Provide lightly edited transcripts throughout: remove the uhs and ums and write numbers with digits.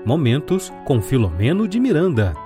Momentos com Filomeno de Miranda.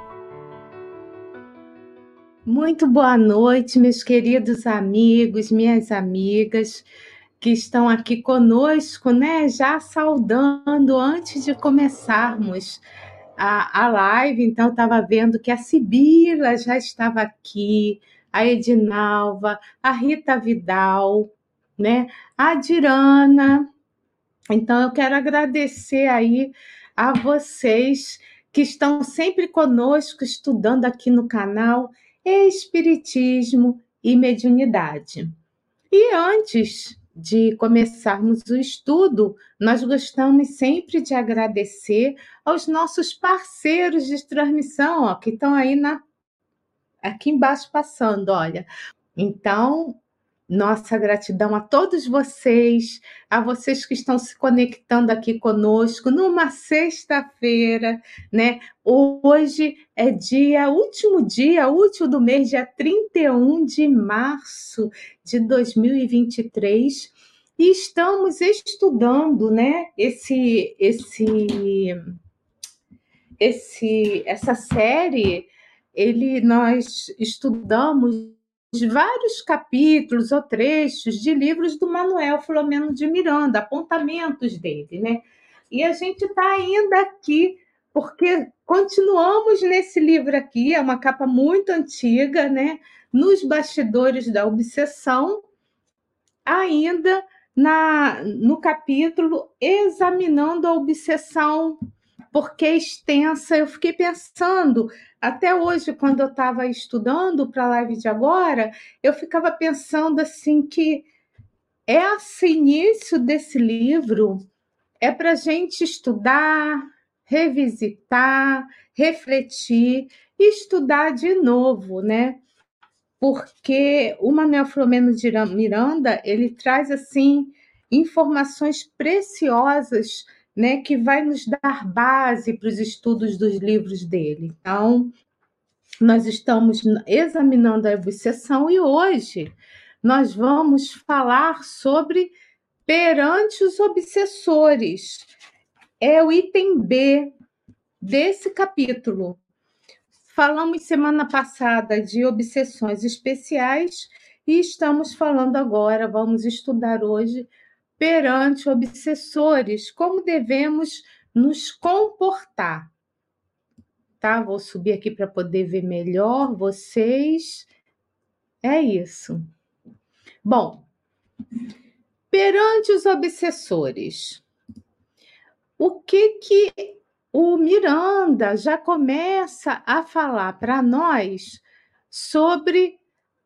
Muito boa noite, meus queridos amigos, minhas amigas que estão aqui conosco, né? Já saudando antes de começarmos a live. Então, eu estava vendo que a Sibila já estava aqui, a Edinalva, a Rita Vidal, né? A Dirana. Então, eu quero agradecer aí a vocês que estão sempre conosco, estudando aqui no canal Espiritismo e Mediunidade. E antes de começarmos o estudo, nós gostamos sempre de agradecer aos nossos parceiros de transmissão, ó, que estão aí aqui embaixo passando, olha. Então, nossa gratidão a todos vocês, a vocês que estão se conectando aqui conosco numa sexta-feira, né? Hoje é último dia útil do mês, dia 31 de março de 2023, e estamos estudando, né, essa série. Nós estudamos vários capítulos ou trechos de livros do Manuel Filomeno de Miranda, apontamentos dele, né? E a gente está ainda aqui, porque continuamos nesse livro aqui, é uma capa muito antiga, né? Nos bastidores da obsessão, ainda no capítulo examinando a obsessão, porque é extensa. Eu fiquei pensando, até hoje, quando eu estava estudando para a live de agora, eu ficava pensando assim que esse início desse livro é para a gente estudar, revisitar, refletir e estudar de novo, né? Porque o Manuel Filomeno de Miranda, ele traz assim informações preciosas, né, que vai nos dar base para os estudos dos livros dele. Então, nós estamos examinando a obsessão e hoje nós vamos falar sobre perante os obsessores. É o item B desse capítulo. Falamos semana passada de obsessões especiais e estamos falando agora, vamos estudar hoje, perante obsessores, como devemos nos comportar. Tá? Vou subir aqui para poder ver melhor vocês. É isso. Bom, perante os obsessores, o que o Miranda já começa a falar para nós sobre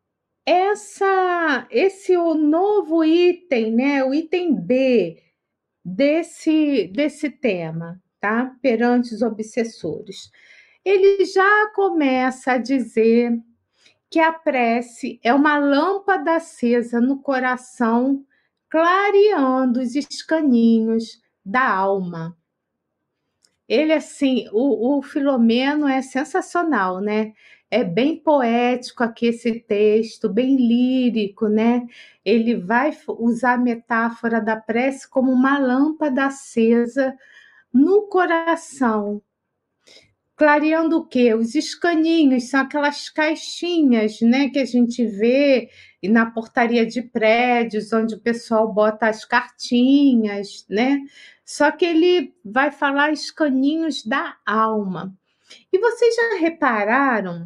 esse novo item, né? O item B desse tema, tá? Perante os obsessores. Ele já começa a dizer que a prece é uma lâmpada acesa no coração, clareando os escaninhos da alma. Ele, assim, o Filomeno é sensacional, né? É bem poético aqui esse texto, bem lírico, né? Ele vai usar a metáfora da prece como uma lâmpada acesa no coração. Clareando o quê? Os escaninhos, são aquelas caixinhas, né, que a gente vê na portaria de prédios, onde o pessoal bota as cartinhas, né? Só que ele vai falar escaninhos da alma. E vocês já repararam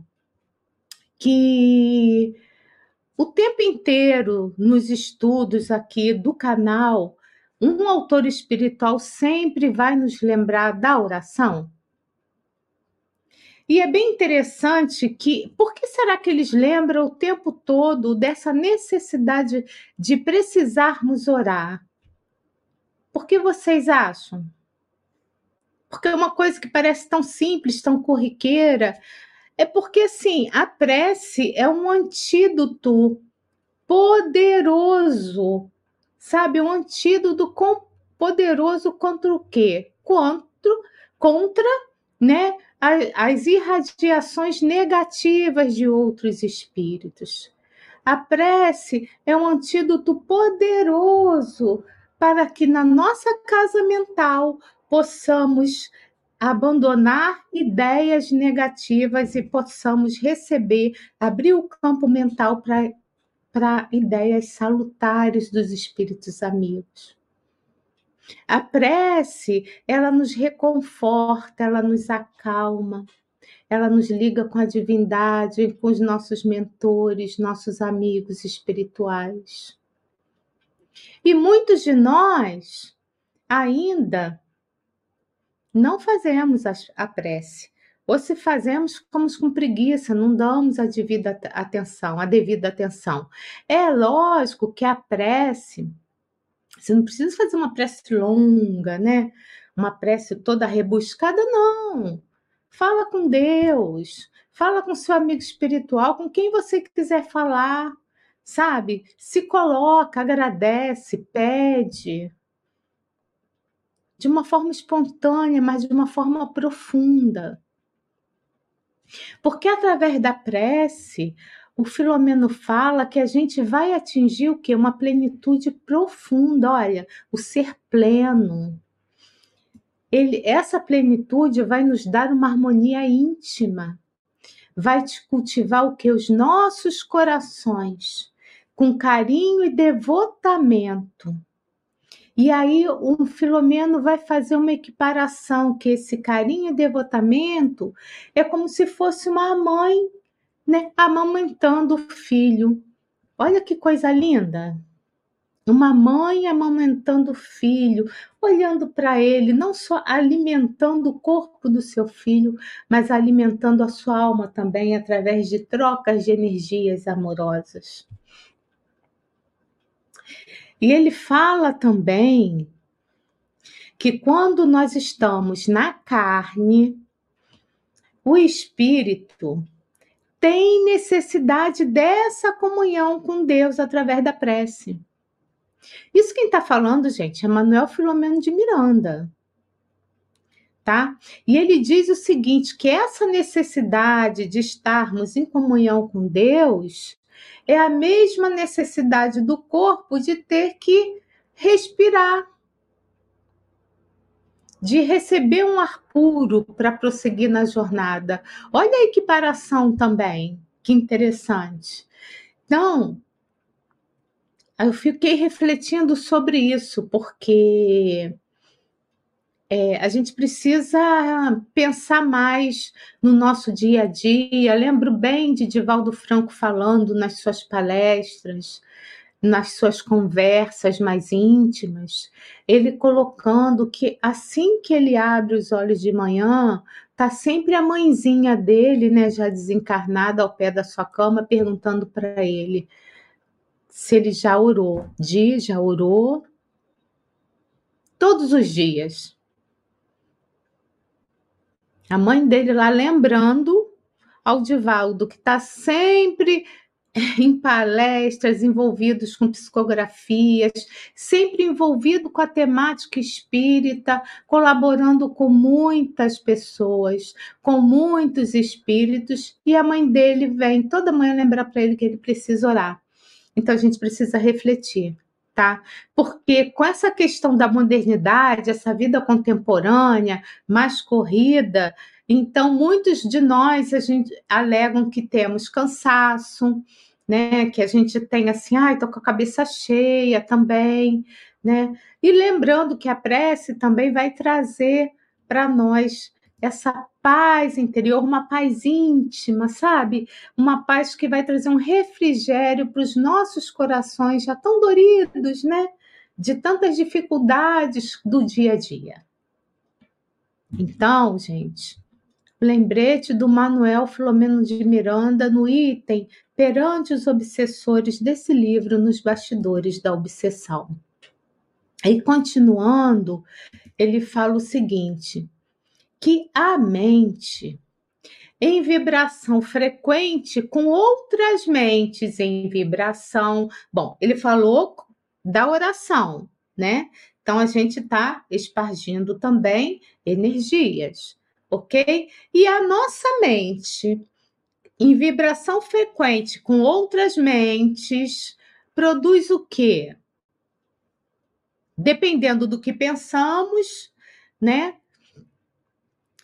que o tempo inteiro nos estudos aqui do canal, um autor espiritual sempre vai nos lembrar da oração? E é bem interessante que, por que será que eles lembram o tempo todo dessa necessidade de precisarmos orar? Por que vocês acham? Porque é uma coisa que parece tão simples, tão corriqueira. É porque, assim, a prece é um antídoto poderoso, sabe? Um antídoto poderoso contra o quê? Contra, né, as irradiações negativas de outros espíritos. A prece é um antídoto poderoso para que na nossa casa mental possamos abandonar ideias negativas e possamos receber, abrir o campo mental para ideias salutares dos espíritos amigos. A prece, ela nos reconforta, ela nos acalma, ela nos liga com a divindade, com os nossos mentores, nossos amigos espirituais. E muitos de nós ainda não fazemos a prece. Ou se fazemos, ficamos com preguiça, não damos a devida atenção. É lógico que a prece, você não precisa fazer uma prece longa, né? Uma prece toda rebuscada, não. Fala com Deus, fala com seu amigo espiritual, com quem você quiser falar, sabe? Se coloca, agradece, pede, de uma forma espontânea, mas de uma forma profunda. Porque através da prece, o Filomeno fala que a gente vai atingir o quê? Uma plenitude profunda, olha, o ser pleno. Essa plenitude vai nos dar uma harmonia íntima, vai te cultivar o quê? Os nossos corações, com carinho e devotamento. E aí o Filomeno vai fazer uma equiparação, que esse carinho e devotamento é como se fosse uma mãe, né, amamentando o filho. Olha que coisa linda! Uma mãe amamentando o filho, olhando para ele, não só alimentando o corpo do seu filho, mas alimentando a sua alma também, através de trocas de energias amorosas. E ele fala também que quando nós estamos na carne, o espírito tem necessidade dessa comunhão com Deus através da prece. Isso quem está falando, gente, é Manuel Filomeno de Miranda, tá? E ele diz o seguinte, que essa necessidade de estarmos em comunhão com Deus é a mesma necessidade do corpo de ter que respirar, de receber um ar puro para prosseguir na jornada. Olha a equiparação também, que interessante. Então, eu fiquei refletindo sobre isso, porque a gente precisa pensar mais no nosso dia a dia. Lembro bem de Divaldo Franco falando nas suas palestras, nas suas conversas mais íntimas, ele colocando que assim que ele abre os olhos de manhã, tá sempre a mãezinha dele, né, já desencarnada ao pé da sua cama, perguntando para ele se ele já orou. Já orou? Todos os dias. A mãe dele lá lembrando ao Divaldo, que está sempre em palestras, envolvidos com psicografias, sempre envolvido com a temática espírita, colaborando com muitas pessoas, com muitos espíritos, e a mãe dele vem toda manhã lembrar para ele que ele precisa orar. Então a gente precisa refletir, tá? Porque com essa questão da modernidade, essa vida contemporânea, mais corrida, então muitos de nós a gente alegam que temos cansaço, né? Que a gente tem assim, tô com a cabeça cheia também, né? E lembrando que a prece também vai trazer para nós essa paz interior, uma paz íntima, sabe? Uma paz que vai trazer um refrigério para os nossos corações já tão doridos, né? De tantas dificuldades do dia a dia. Então, gente, lembrete do Manuel Filomeno de Miranda no item Perante os Obsessores desse livro Nos Bastidores da Obsessão. E continuando, ele fala o seguinte, que a mente em vibração frequente com outras mentes em vibração. Bom, ele falou da oração, né? Então a gente está espargindo também energias, ok? E a nossa mente em vibração frequente com outras mentes produz o quê? Dependendo do que pensamos, né?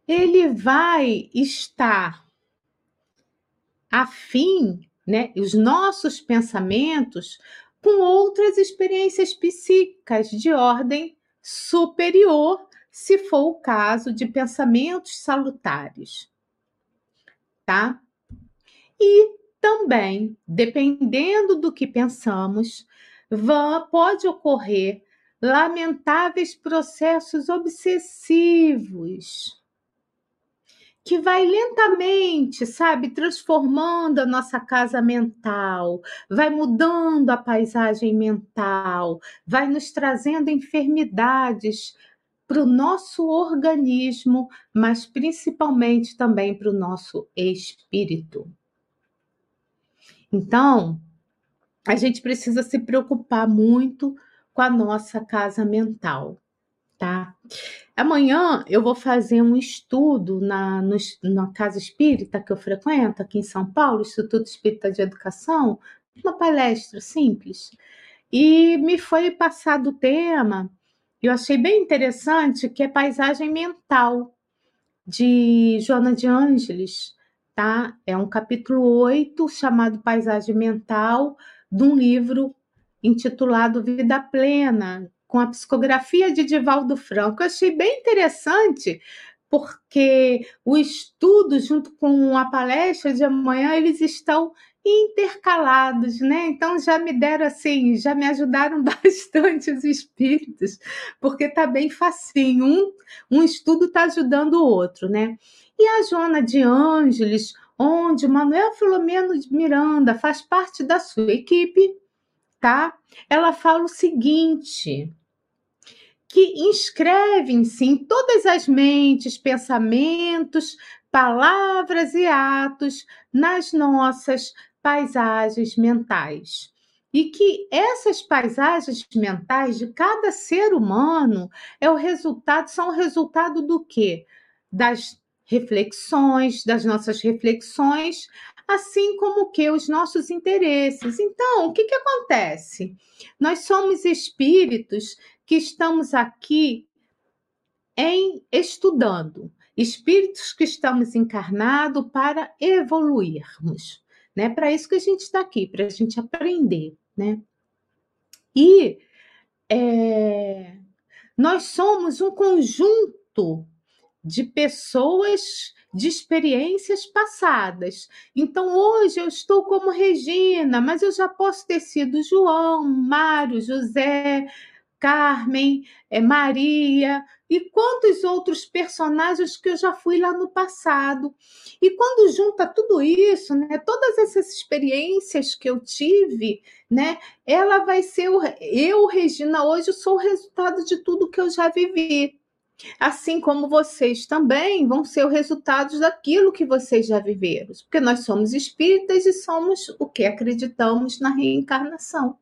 ele vai estar afim, né, os nossos pensamentos com outras experiências psíquicas de ordem superior, se for o caso de pensamentos salutares, tá? E também, dependendo do que pensamos, pode ocorrer lamentáveis processos obsessivos que vai lentamente, sabe, transformando a nossa casa mental, vai mudando a paisagem mental, vai nos trazendo enfermidades para o nosso organismo, mas principalmente também para o nosso espírito. Então, a gente precisa se preocupar muito com a nossa casa mental, tá? Amanhã eu vou fazer um estudo na casa espírita que eu frequento aqui em São Paulo, Instituto Espírita de Educação, uma palestra simples. E me foi passado o tema, eu achei bem interessante, que é paisagem mental, de Joana de Ângeles, tá? É um capítulo 8 chamado Paisagem Mental, de um livro intitulado Vida Plena, com a psicografia de Divaldo Franco. Eu achei bem interessante, porque o estudo, junto com a palestra de amanhã, eles estão intercalados, né? Então já me deram assim, já me ajudaram bastante os espíritos, porque tá bem facinho, um estudo está ajudando o outro, né? E a Joana de Ângeles, onde o Manuel Filomeno de Miranda faz parte da sua equipe, tá? Ela fala o seguinte, que inscrevem-se em todas as mentes, pensamentos, palavras e atos nas nossas paisagens mentais. E que essas paisagens mentais de cada ser humano são o resultado do quê? Das reflexões, das nossas reflexões, assim como que os nossos interesses. Então, o que acontece? Nós somos espíritos que estamos aqui estudando, espíritos que estamos encarnados para evoluirmos, né? Para isso que a gente está aqui, para a gente aprender, né? E nós somos um conjunto de pessoas, de experiências passadas. Então, hoje eu estou como Regina, mas eu já posso ter sido João, Mário, José, Carmen, Maria e quantos outros personagens que eu já fui lá no passado. E quando junta tudo isso, né, todas essas experiências que eu tive, né, ela vai ser eu, Regina, hoje sou o resultado de tudo que eu já vivi. Assim como vocês também vão ser os resultados daquilo que vocês já viveram, porque nós somos espíritas e somos o que acreditamos na reencarnação.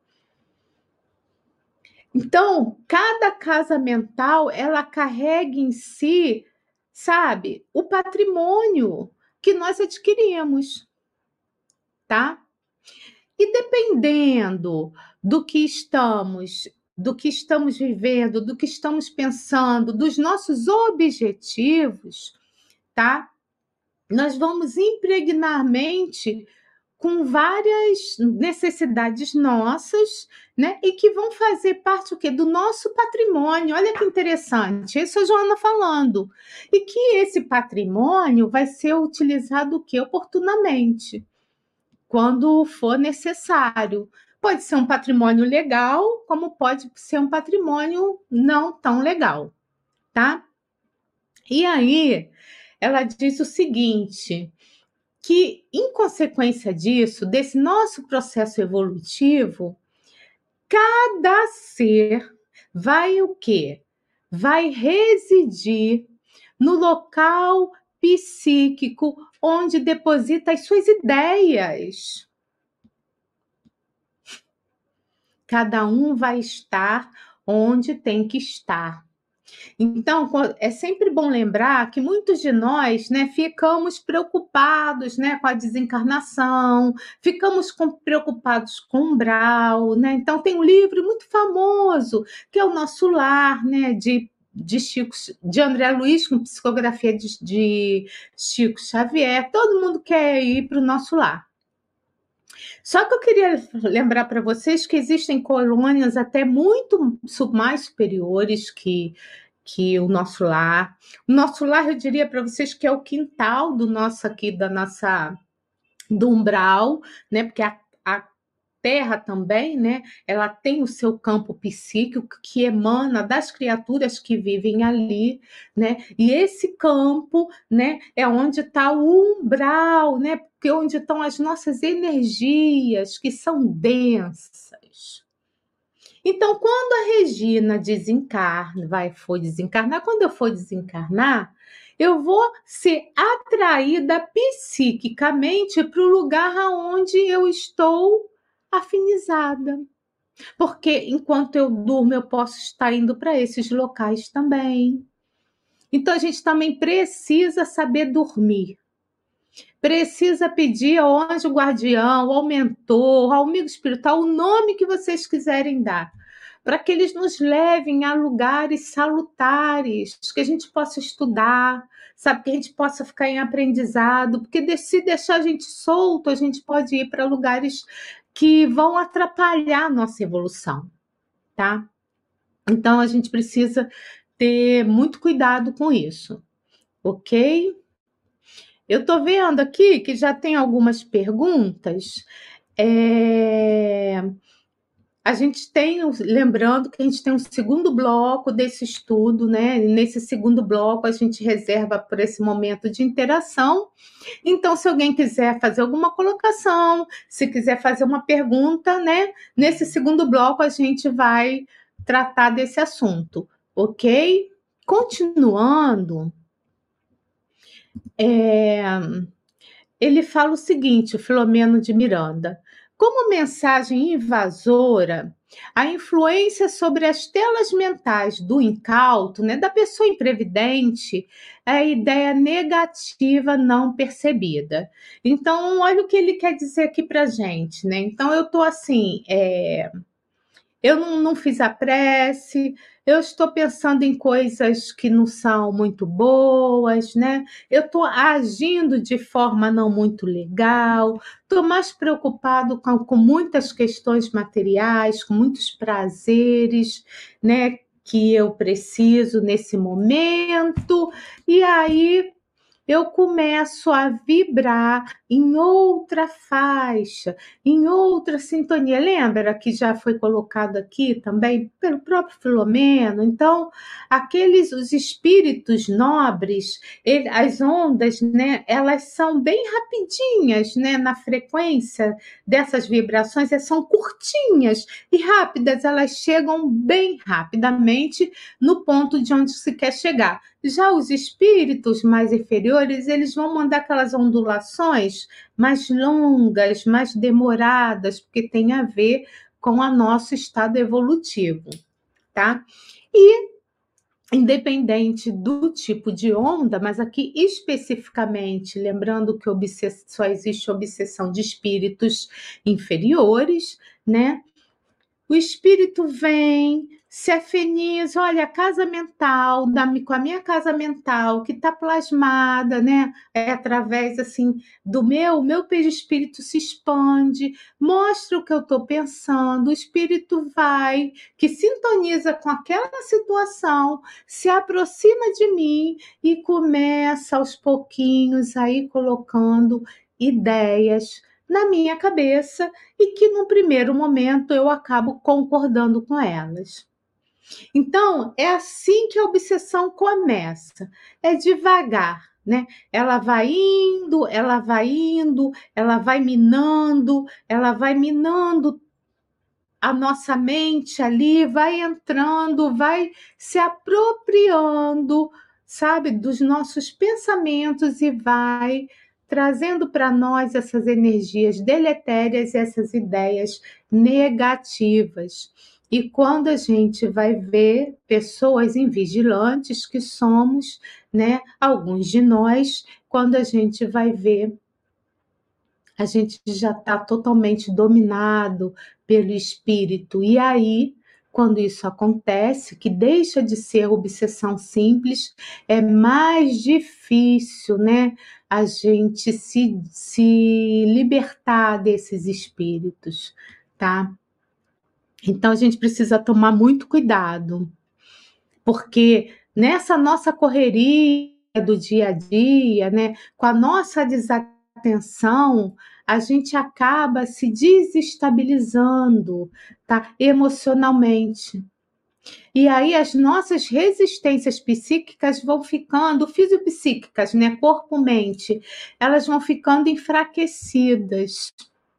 Então, cada casa mental, ela carrega em si, sabe, o patrimônio que nós adquirimos, tá? E dependendo do que estamos vivendo, do que estamos pensando, dos nossos objetivos, tá? Nós vamos impregnar mente com várias necessidades nossas, né? E que vão fazer parte o quê? Do nosso patrimônio. Olha que interessante, isso é a Joana falando. E que esse patrimônio vai ser utilizado o quê? Oportunamente, quando for necessário. Pode ser um patrimônio legal, como pode ser um patrimônio não tão legal, tá? E aí, ela diz o seguinte, que, em consequência disso, desse nosso processo evolutivo, cada ser vai o quê? Vai residir no local psíquico onde deposita as suas ideias. Cada um vai estar onde tem que estar. Então, é sempre bom lembrar que muitos de nós, né, ficamos preocupados, né, com a desencarnação, ficamos preocupados com o umbral, né? Então, tem um livro muito famoso, que é o Nosso Lar, né, de de André Luiz, com psicografia de Chico Xavier. Todo mundo quer ir para o nosso lar. Só que eu queria lembrar para vocês que existem colônias até muito mais superiores que o nosso lar. O nosso lar, eu diria para vocês que é o quintal do nosso aqui, do umbral, né? Porque a Terra também, né? Ela tem o seu campo psíquico que emana das criaturas que vivem ali, né? E esse campo, né? É onde está o umbral, né? Porque onde estão as nossas energias que são densas. Então, quando a Regina for desencarnar, quando eu for desencarnar, eu vou ser atraída psiquicamente para o lugar aonde eu estou afinizada. Porque enquanto eu durmo, eu posso estar indo para esses locais também. Então, a gente também precisa saber dormir. Precisa pedir ao anjo guardião, ao mentor, ao amigo espiritual, o nome que vocês quiserem dar, para que eles nos levem a lugares salutares, que a gente possa estudar, sabe, que a gente possa ficar em aprendizado, porque se deixar a gente solto, a gente pode ir para lugares que vão atrapalhar a nossa evolução, tá? Então, a gente precisa ter muito cuidado com isso, ok? Eu estou vendo aqui que já tem algumas perguntas. A gente tem, lembrando que a gente tem um segundo bloco desse estudo, né? Nesse segundo bloco, a gente reserva por esse momento de interação. Então, se alguém quiser fazer alguma colocação, se quiser fazer uma pergunta, né? Nesse segundo bloco, a gente vai tratar desse assunto, ok? Continuando. Ele fala o seguinte, o Filomeno de Miranda: como mensagem invasora, a influência sobre as telas mentais do incauto, né, da pessoa imprevidente, é a ideia negativa não percebida. Então, olha o que ele quer dizer aqui para a gente, né? Então, eu estou assim, eu não fiz a prece, eu estou pensando em coisas que não são muito boas, né? Eu estou agindo de forma não muito legal, estou mais preocupado com muitas questões materiais, com muitos prazeres, né? Que eu preciso nesse momento, e aí eu começo a vibrar em outra faixa, em outra sintonia. Lembra que já foi colocado aqui também pelo próprio Filomeno? Então, os espíritos nobres, as ondas, né, elas são bem rapidinhas, né, na frequência dessas vibrações, são curtinhas e rápidas, elas chegam bem rapidamente no ponto de onde se quer chegar. Já os espíritos mais inferiores, eles vão mandar aquelas ondulações mais longas, mais demoradas, porque tem a ver com o nosso estado evolutivo, tá? E, independente do tipo de onda, mas aqui especificamente, lembrando que só existe obsessão de espíritos inferiores, né? O espírito vem, se afiniza, olha, a casa mental, com a minha casa mental, que está plasmada, né? Através, assim, do meu perispírito se expande, mostra o que eu estou pensando, o espírito vai, que sintoniza com aquela situação, se aproxima de mim e começa aos pouquinhos aí colocando ideias na minha cabeça e que no primeiro momento eu acabo concordando com elas. Então, é assim que a obsessão começa, é devagar, né? Ela vai indo, ela vai minando a nossa mente ali, vai entrando, vai se apropriando, sabe, dos nossos pensamentos e vai trazendo para nós essas energias deletérias, essas ideias negativas. E quando a gente vai ver pessoas invigilantes que somos, né, alguns de nós, quando a gente vai ver, a gente já está totalmente dominado pelo espírito. E aí quando isso acontece, que deixa de ser obsessão simples, é mais difícil, né, a gente se libertar desses espíritos, tá? Então a gente precisa tomar muito cuidado, porque nessa nossa correria do dia a dia, né, com a nossa desatenção, a gente acaba se desestabilizando, tá? Emocionalmente. E aí as nossas resistências psíquicas vão ficando, fisiopsíquicas, né, corpo-mente, elas vão ficando enfraquecidas.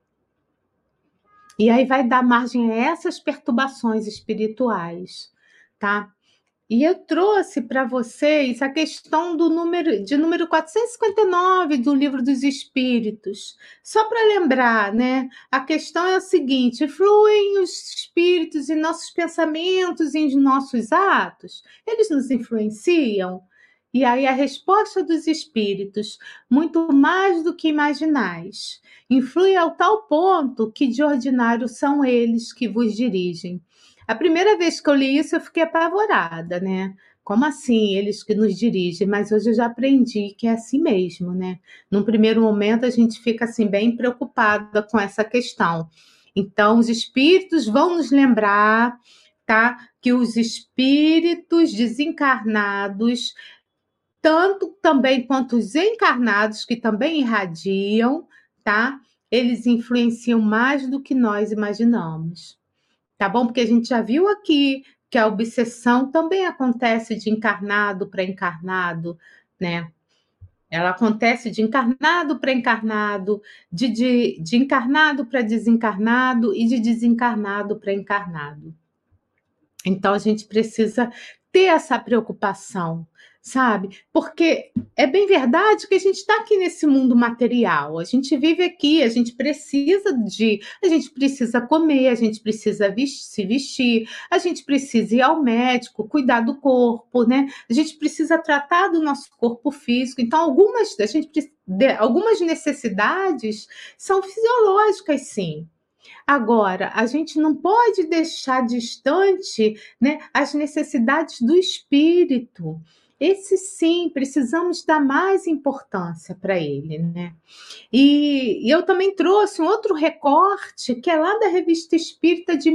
E aí vai dar margem a essas perturbações espirituais, tá? E eu trouxe para vocês a questão do número 459 do Livro dos Espíritos. Só para lembrar, né? A questão é a seguinte: fluem os espíritos em nossos pensamentos e em nossos atos? Eles nos influenciam? E aí a resposta dos espíritos, muito mais do que imaginais, influi ao tal ponto que de ordinário são eles que vos dirigem. A primeira vez que eu li isso, eu fiquei apavorada, né? Como assim, eles que nos dirigem? Mas hoje eu já aprendi que é assim mesmo, né? Num primeiro momento, a gente fica assim bem preocupada com essa questão. Então, os espíritos vão nos lembrar, tá? Que os espíritos desencarnados, tanto também quanto os encarnados, que também irradiam, tá? Eles influenciam mais do que nós imaginamos. Tá bom? Porque a gente já viu aqui que a obsessão também acontece de encarnado para encarnado, né? Ela acontece de encarnado para encarnado, de encarnado para desencarnado e de desencarnado para encarnado. Então a gente precisa ter essa preocupação, sabe? Porque é bem verdade que a gente está aqui nesse mundo material, a gente vive aqui, a gente precisa comer, a gente precisa se vestir, a gente precisa ir ao médico, cuidar do corpo, né? A gente precisa tratar do nosso corpo físico. Então algumas necessidades são fisiológicas, sim. Agora, a gente não pode deixar distante, né, as necessidades do espírito. Esse sim, precisamos dar mais importância para ele, né? E eu também trouxe um outro recorte, que é lá da Revista Espírita de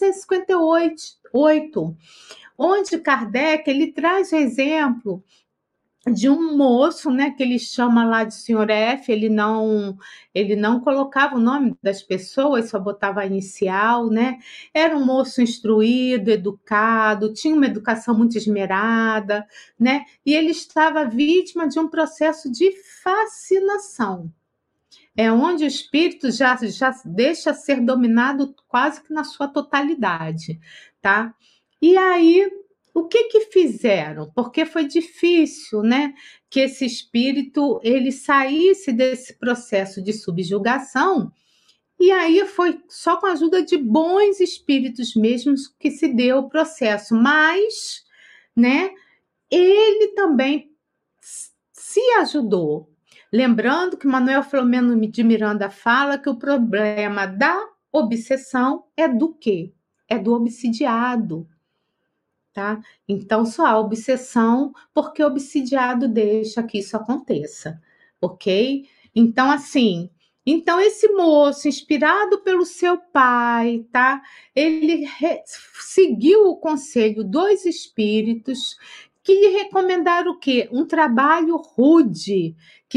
1858, onde Kardec ele traz o exemplo de um moço, né, que ele chama lá de senhor F, ele não colocava o nome das pessoas, só botava a inicial, né? Era um moço instruído, educado, tinha uma educação muito esmerada, né? E ele estava vítima de um processo de fascinação. É onde o espírito já deixa ser dominado quase que na sua totalidade, tá? E aí o que fizeram? Porque foi difícil, né, que esse espírito ele saísse desse processo de subjugação, e aí foi só com a ajuda de bons espíritos mesmos que se deu o processo, mas, né, ele também se ajudou. Lembrando que Manuel Filomeno de Miranda fala que o problema da obsessão é do quê? É do obsidiado. Tá? Então, só há obsessão porque o obsidiado deixa que isso aconteça, ok? Então, assim, esse moço, inspirado pelo seu pai, tá? Ele seguiu o conselho dos espíritos que lhe recomendaram o quê? Um trabalho rude,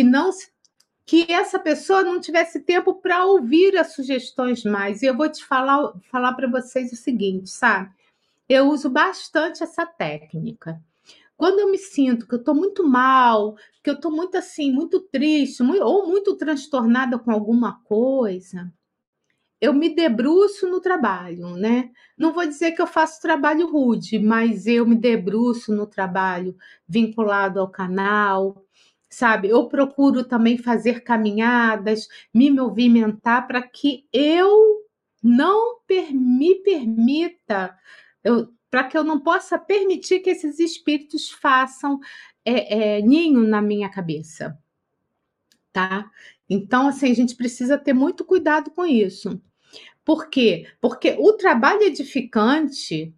que essa pessoa não tivesse tempo para ouvir as sugestões mais. E eu vou te falar para vocês o seguinte, sabe? Eu uso bastante essa técnica. Quando eu me sinto que eu estou muito mal, que eu estou muito assim, muito triste, ou muito transtornada com alguma coisa, eu me debruço no trabalho, né? Não vou dizer que eu faço trabalho rude, mas eu me debruço no trabalho vinculado ao canal, sabe? Eu procuro também fazer caminhadas, me movimentar para que eu não me permita, para que eu não possa permitir que esses espíritos façam ninho na minha cabeça, tá? Então, assim, a gente precisa ter muito cuidado com isso. Por quê? Porque o trabalho edificante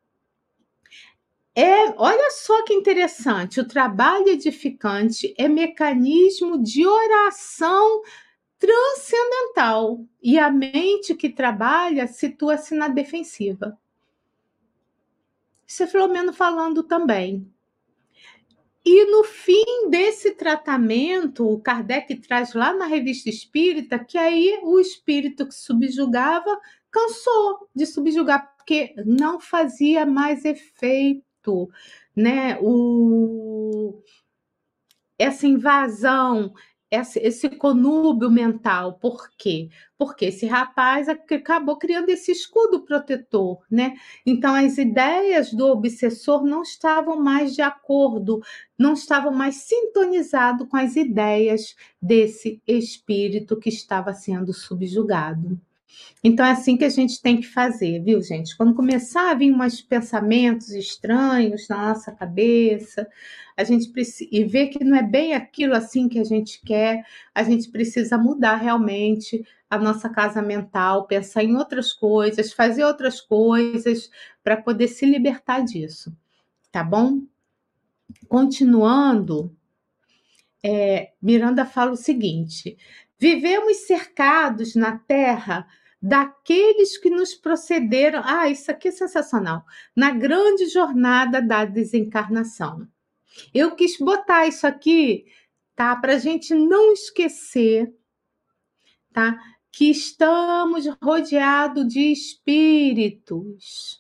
olha só que interessante, o trabalho edificante é mecanismo de oração transcendental e a mente que trabalha situa-se na defensiva. Isso é Filomeno falando também. E no fim desse tratamento, o Kardec traz lá na Revista Espírita que aí o espírito que subjugava cansou de subjugar, porque não fazia mais efeito, né? Essa invasão, esse conúbio mental. Por quê? Porque esse rapaz acabou criando esse escudo protetor, né? Então, as ideias do obsessor não estavam mais de acordo, não estavam mais sintonizadas com as ideias desse espírito que estava sendo subjugado. Então, é assim que a gente tem que fazer, viu, gente? Quando começar a vir uns pensamentos estranhos na nossa cabeça, a gente precisa, e ver que não é bem aquilo assim que a gente quer, a gente precisa mudar realmente a nossa casa mental, pensar em outras coisas, fazer outras coisas para poder se libertar disso, tá bom? Continuando, Miranda fala o seguinte: vivemos cercados na Terra daqueles que nos procederam. Ah, isso aqui é sensacional. Na grande jornada da desencarnação. Eu quis botar isso aqui, tá? Para a gente não esquecer, tá? Que estamos rodeados de espíritos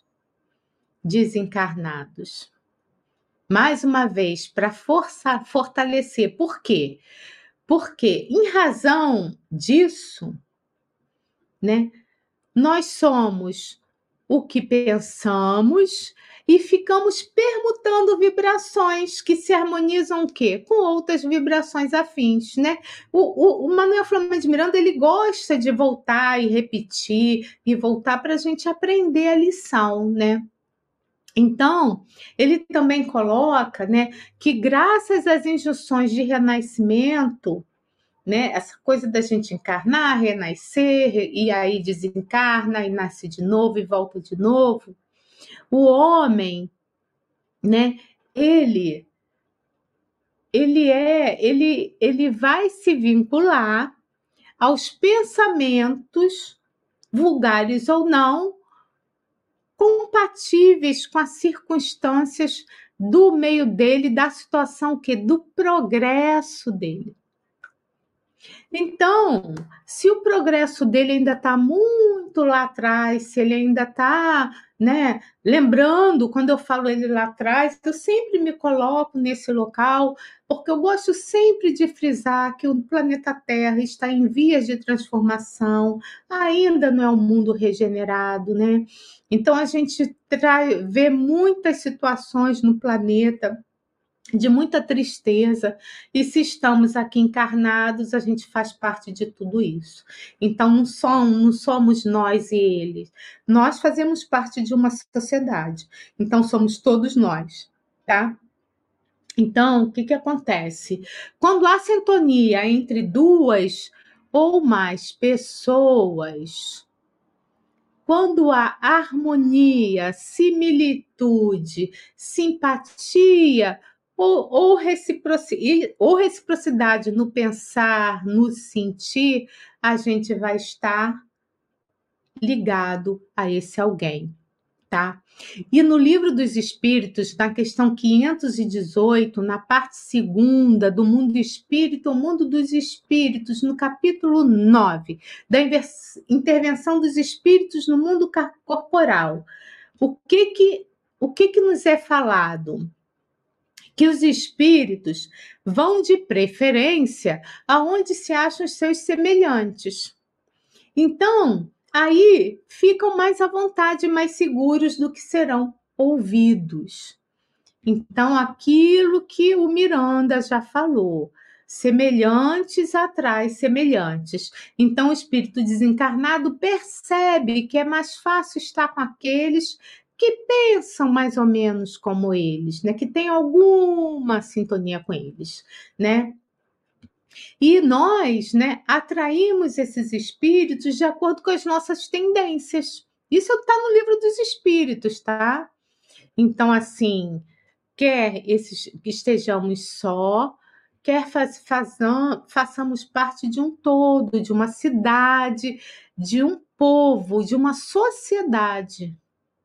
desencarnados. Mais uma vez, para fortalecer. Por quê? Porque, em razão disso, né, nós somos o que pensamos e ficamos permutando vibrações que se harmonizam o quê? Com outras vibrações afins, né? O Manuel Flamengo de Miranda, ele gosta de voltar e repetir e voltar para a gente aprender a lição, né? Então, ele também coloca, né, que graças às injunções de renascimento, né, essa coisa da gente encarnar, renascer, e aí desencarna e nasce de novo e volta de novo, o homem, né, ele vai se vincular aos pensamentos, vulgares ou não, compatíveis com as circunstâncias do meio dele, da situação que do progresso dele. Então, se o progresso dele ainda está muito lá atrás, se ele ainda está, né? Lembrando, quando eu falo ele lá atrás, eu sempre me coloco nesse local, porque eu gosto sempre de frisar que o planeta Terra está em vias de transformação, ainda não é um mundo regenerado, né? Então, a gente vê muitas situações no planeta de muita tristeza, e se estamos aqui encarnados, a gente faz parte de tudo isso. Então, não somos nós e eles, nós fazemos parte de uma sociedade, então somos todos nós, tá? Então, o que acontece? Quando há sintonia entre duas ou mais pessoas, quando há harmonia, similitude, simpatia ou reciprocidade no pensar, no sentir, a gente vai estar ligado a esse alguém, tá? E no Livro dos Espíritos, na questão 518, na parte 2ª do Mundo Espírito, o Mundo dos Espíritos, no capítulo 9, da intervenção dos espíritos no mundo corporal, o que nos é falado? Que os espíritos vão de preferência aonde se acham os seus semelhantes. Então, aí ficam mais à vontade, mais seguros do que serão ouvidos. Então, aquilo que o Miranda já falou, semelhantes atrai semelhantes. Então, o espírito desencarnado percebe que é mais fácil estar com aqueles que pensam mais ou menos como eles, né? Que tem alguma sintonia com eles, né? E nós, né, atraímos esses espíritos de acordo com as nossas tendências. Isso está no livro dos espíritos, tá? Então, assim, quer estejamos só, quer façamos parte de um todo, de uma cidade, de um povo, de uma sociedade.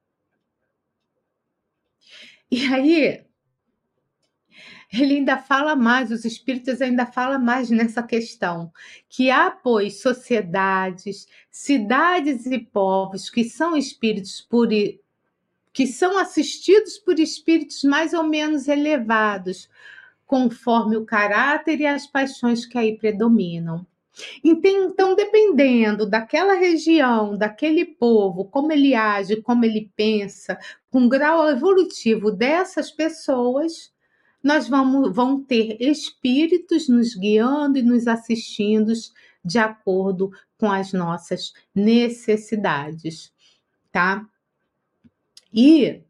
E aí, ele ainda fala mais, os espíritos ainda falam mais nessa questão, que há, pois, sociedades, cidades e povos que são espíritos que são assistidos por espíritos mais ou menos elevados, conforme o caráter e as paixões que aí predominam. Então, dependendo daquela região, daquele povo, como ele age, como ele pensa, com o grau evolutivo dessas pessoas, nós vão ter espíritos nos guiando e nos assistindo de acordo com as nossas necessidades, tá? E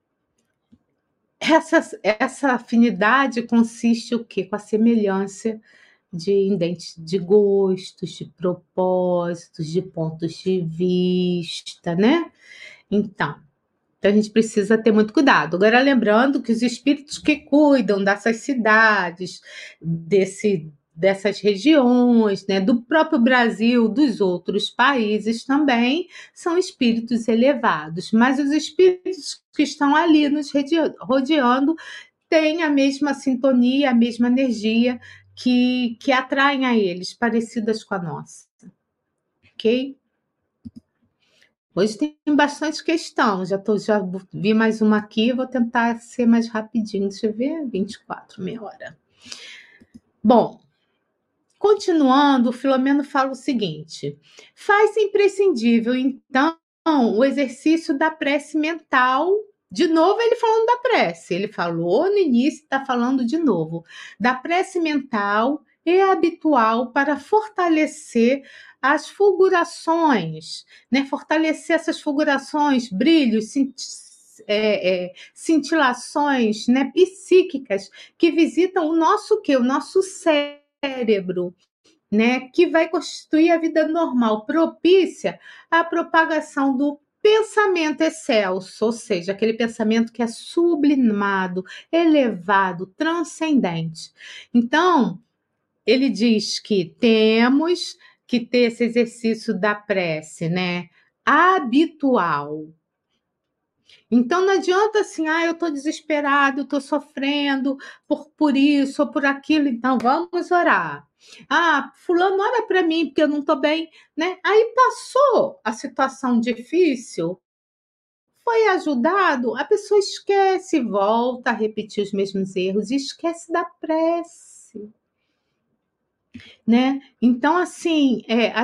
essa afinidade consiste o quê? Com a semelhança de gostos, de propósitos, de pontos de vista, né? Então a gente precisa ter muito cuidado. Agora, lembrando que os espíritos que cuidam dessas cidades, dessas regiões, né, do próprio Brasil, dos outros países também, são espíritos elevados. Mas os espíritos que estão ali nos rodeando têm a mesma sintonia, a mesma energia que atraem a eles, parecidas com a nossa. Ok? Hoje tem bastante questão, já vi mais uma aqui, vou tentar ser mais rapidinho, deixa eu ver, 24, meia hora. Bom, continuando, o Filomeno fala o seguinte, faz-se imprescindível, então, o exercício da prece mental, de novo ele falando da prece, ele falou no início, está falando de novo, da prece mental e habitual para fortalecer as fulgurações, né? Fortalecer essas fulgurações, brilhos, cintilações, né? Psíquicas que visitam o nosso quê? O nosso cérebro, né? Que vai constituir a vida normal, propícia à propagação do pensamento excelso, ou seja, aquele pensamento que é sublimado, elevado, transcendente. Então, ele diz que temos que ter esse exercício da prece, né? Habitual. Então não adianta assim, eu estou desesperado, eu estou sofrendo por isso ou por aquilo, então vamos orar. Fulano, ora para mim, porque eu não estou bem, né? Aí passou a situação difícil, foi ajudado, a pessoa esquece, volta a repetir os mesmos erros e esquece da prece. Né? Então, assim,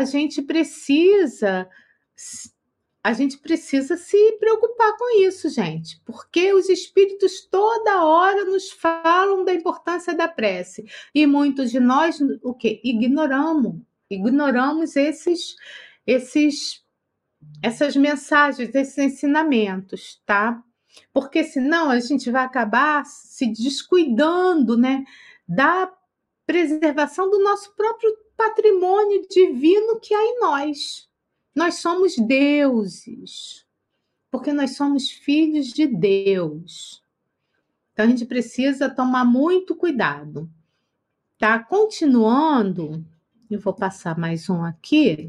a gente precisa se preocupar com isso, gente, porque os espíritos toda hora nos falam da importância da prece e muitos de nós o quê? Ignoramos essas mensagens, esses ensinamentos, tá? Porque senão a gente vai acabar se descuidando, né, da preservação do nosso próprio patrimônio divino que há em nós. Nós somos deuses, porque nós somos filhos de Deus. Então a gente precisa tomar muito cuidado. Tá? Continuando, eu vou passar mais um aqui.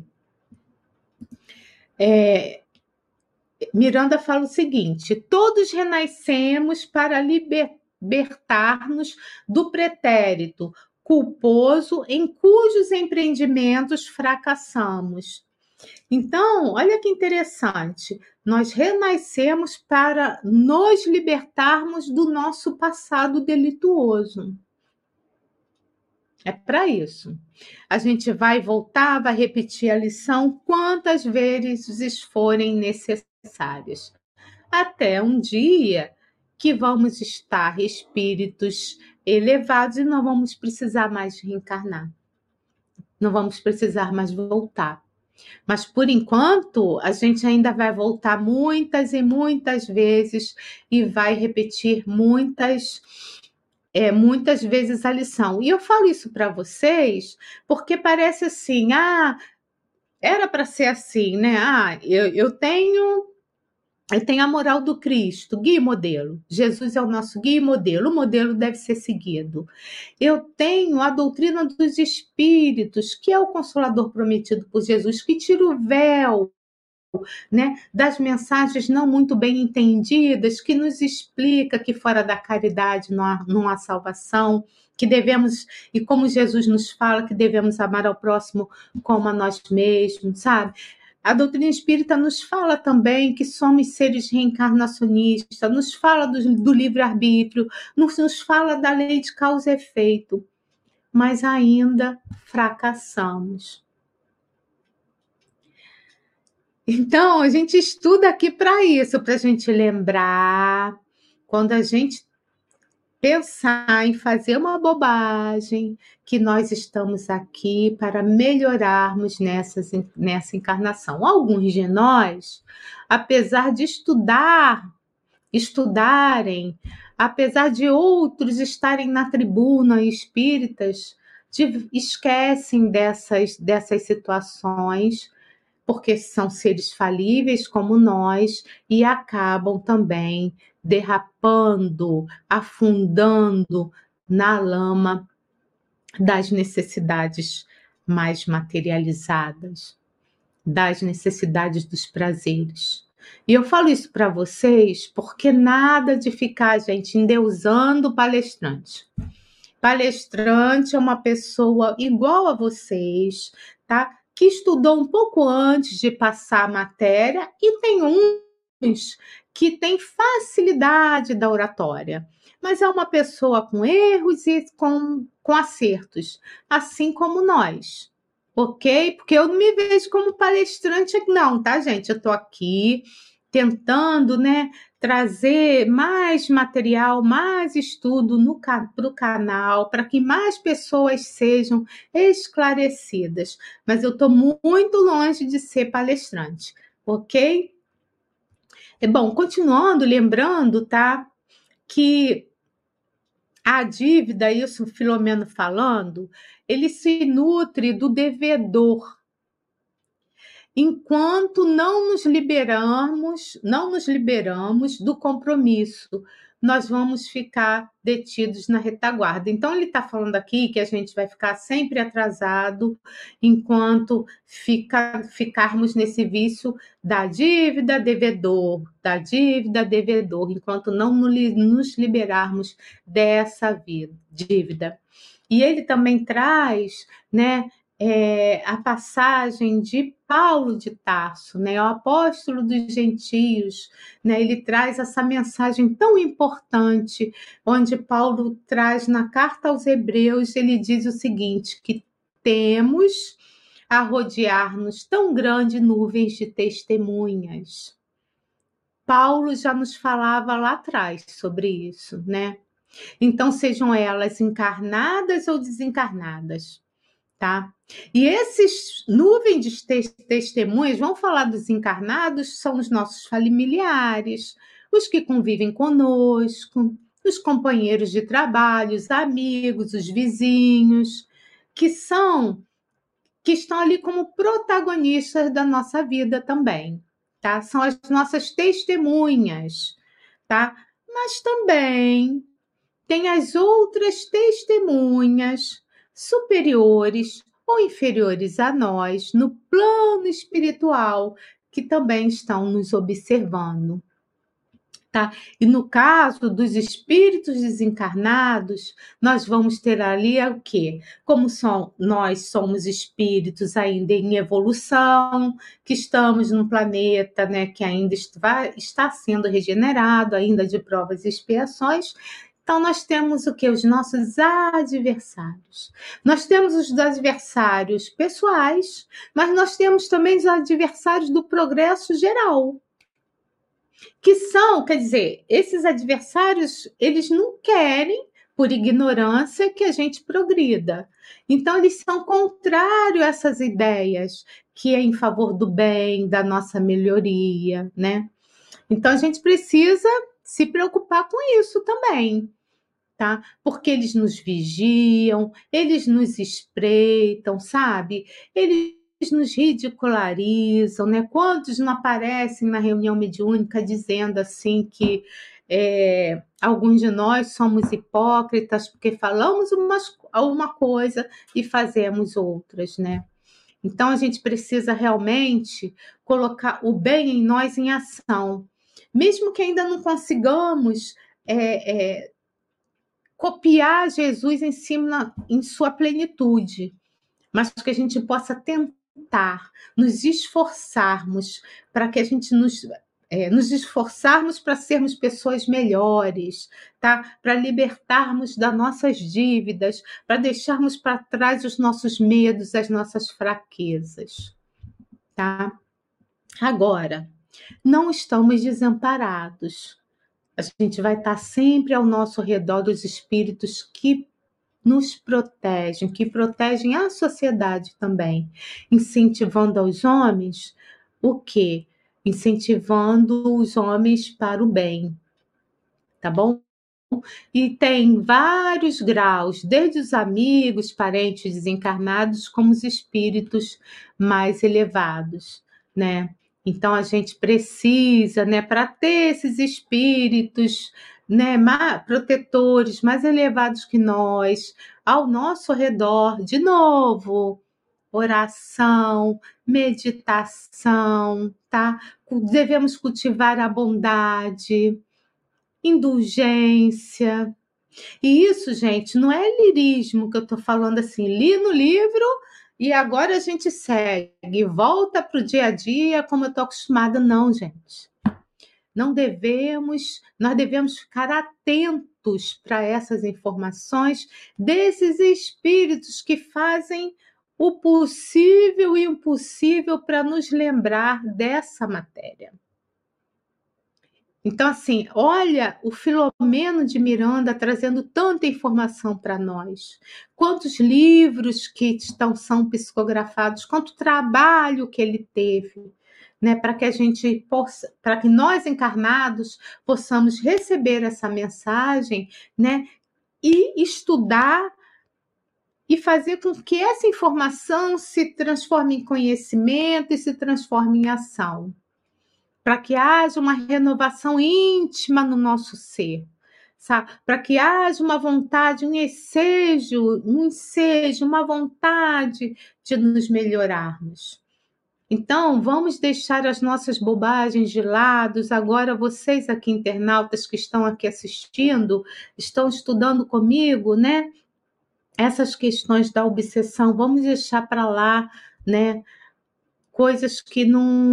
Miranda fala o seguinte: todos renascemos para libertar-nos do pretérito culposo em cujos empreendimentos fracassamos. Então, olha que interessante, nós renascemos para nos libertarmos do nosso passado delituoso. É para isso. A gente vai voltar, vai repetir a lição quantas vezes forem necessárias, até um dia que vamos estar espíritos elevados e não vamos precisar mais reencarnar. Não vamos precisar mais voltar. Mas, por enquanto, a gente ainda vai voltar muitas e muitas vezes e vai repetir muitas muitas vezes a lição. E eu falo isso para vocês porque parece assim, era para ser assim, né? Eu tenho a moral do Cristo, guia e modelo. Jesus é o nosso guia e modelo. O modelo deve ser seguido. Eu tenho a doutrina dos espíritos, que é o consolador prometido por Jesus, que tira o véu, né, das mensagens não muito bem entendidas, que nos explica que fora da caridade não há salvação, que devemos, e como Jesus nos fala, que devemos amar ao próximo como a nós mesmos, sabe? A doutrina espírita nos fala também que somos seres reencarnacionistas, nos fala do livre-arbítrio, nos fala da lei de causa e efeito, mas ainda fracassamos. Então, a gente estuda aqui para isso, para a gente lembrar, quando a gente pensar em fazer uma bobagem, que nós estamos aqui para melhorarmos nessa encarnação. Alguns de nós, apesar de estudarem, apesar de outros estarem na tribuna espíritas, esquecem dessas situações, porque são seres falíveis como nós e acabam também derrapando, afundando na lama das necessidades mais materializadas, das necessidades dos prazeres. E eu falo isso para vocês porque nada de ficar, gente, endeusando o palestrante. Palestrante é uma pessoa igual a vocês, tá? Que estudou um pouco antes de passar a matéria, e tem uns que têm facilidade da oratória, mas é uma pessoa com erros e com acertos, assim como nós, ok? Porque eu não me vejo como palestrante, não, tá, gente? Eu estou aqui tentando, né, trazer mais material, mais estudo para o canal, para que mais pessoas sejam esclarecidas. Mas eu estou muito longe de ser palestrante, ok? Bom, continuando, lembrando, tá, que a dívida, isso Filomeno falando, ele se nutre do devedor. Enquanto não nos liberamos do compromisso, nós vamos ficar detidos na retaguarda. Então, ele está falando aqui que a gente vai ficar sempre atrasado enquanto ficarmos nesse vício da dívida devedor, enquanto não nos liberarmos dessa dívida. E ele também traz, né, a passagem de Paulo de Tarso, né, o apóstolo dos gentios, né, ele traz essa mensagem tão importante, onde Paulo traz na carta aos Hebreus, ele diz o seguinte, que temos a rodear-nos tão grande nuvens de testemunhas. Paulo já nos falava lá atrás sobre isso, né? Então, sejam elas encarnadas ou desencarnadas, tá? E esses nuvens de testemunhas, vamos falar dos encarnados, são os nossos familiares, os que convivem conosco, os companheiros de trabalho, os amigos, os vizinhos, que estão ali como protagonistas da nossa vida também, tá? São as nossas testemunhas, tá? Mas também tem as outras testemunhas superiores ou inferiores a nós no plano espiritual que também estão nos observando, tá? E no caso dos espíritos desencarnados, nós vamos ter ali o quê? Como nós somos espíritos ainda em evolução, que estamos num planeta, né, que ainda está sendo regenerado, ainda de provas e expiações. Então, nós temos o quê? Os nossos adversários. Nós temos os adversários pessoais, mas nós temos também os adversários do progresso geral. Que são, quer dizer, esses adversários, eles não querem, por ignorância, que a gente progrida. Então, eles são contrários a essas ideias, que é em favor do bem, da nossa melhoria, né? Então, a gente precisa se preocupar com isso também, tá? Porque eles nos vigiam, eles nos espreitam, sabe? Eles nos ridicularizam, né? Quantos não aparecem na reunião mediúnica dizendo assim que alguns de nós somos hipócritas porque falamos uma coisa e fazemos outras, né? Então a gente precisa realmente colocar o bem em nós em ação, mesmo que ainda não consigamos copiar Jesus em sua plenitude, mas que a gente possa tentar nos esforçarmos para que a gente nos esforçarmos para sermos pessoas melhores, tá? Para libertarmos das nossas dívidas, para deixarmos para trás os nossos medos, as nossas fraquezas, tá? Agora, não estamos desamparados. A gente vai estar sempre ao nosso redor dos espíritos que nos protegem, que protegem a sociedade também, incentivando aos homens o quê? Incentivando os homens para o bem, tá bom? E tem vários graus, desde os amigos, parentes desencarnados, como os espíritos mais elevados, né? Então a gente precisa, né, para ter esses espíritos, né, protetores mais elevados que nós, ao nosso redor, de novo, oração, meditação, tá? Devemos cultivar a bondade, indulgência. E isso, gente, não é lirismo que eu estou falando assim, li no livro e agora a gente segue, volta para o dia a dia como eu estou acostumada. Não, gente. Nós devemos ficar atentos para essas informações desses espíritos que fazem o possível e o impossível para nos lembrar dessa matéria. Então, assim, olha o Filomeno de Miranda trazendo tanta informação para nós. Quantos livros que são psicografados, quanto trabalho que ele teve, né, para que a gente possa, para que nós encarnados possamos receber essa mensagem, né, e estudar e fazer com que essa informação se transforme em conhecimento e se transforme em ação, para que haja uma renovação íntima no nosso ser, sabe? Para que haja uma vontade, um ensejo, uma vontade de nos melhorarmos. Então, vamos deixar as nossas bobagens de lado. Agora, vocês aqui, internautas que estão aqui assistindo, estão estudando comigo, né? Essas questões da obsessão, vamos deixar para lá, né? Coisas que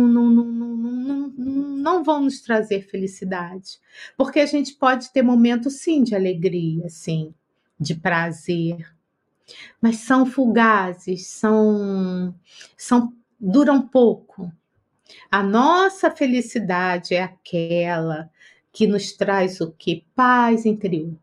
não vão nos trazer felicidade. Porque a gente pode ter momentos, sim, de alegria, sim, de prazer, mas são fugazes, duram pouco. A nossa felicidade é aquela que nos traz o quê? Paz interior.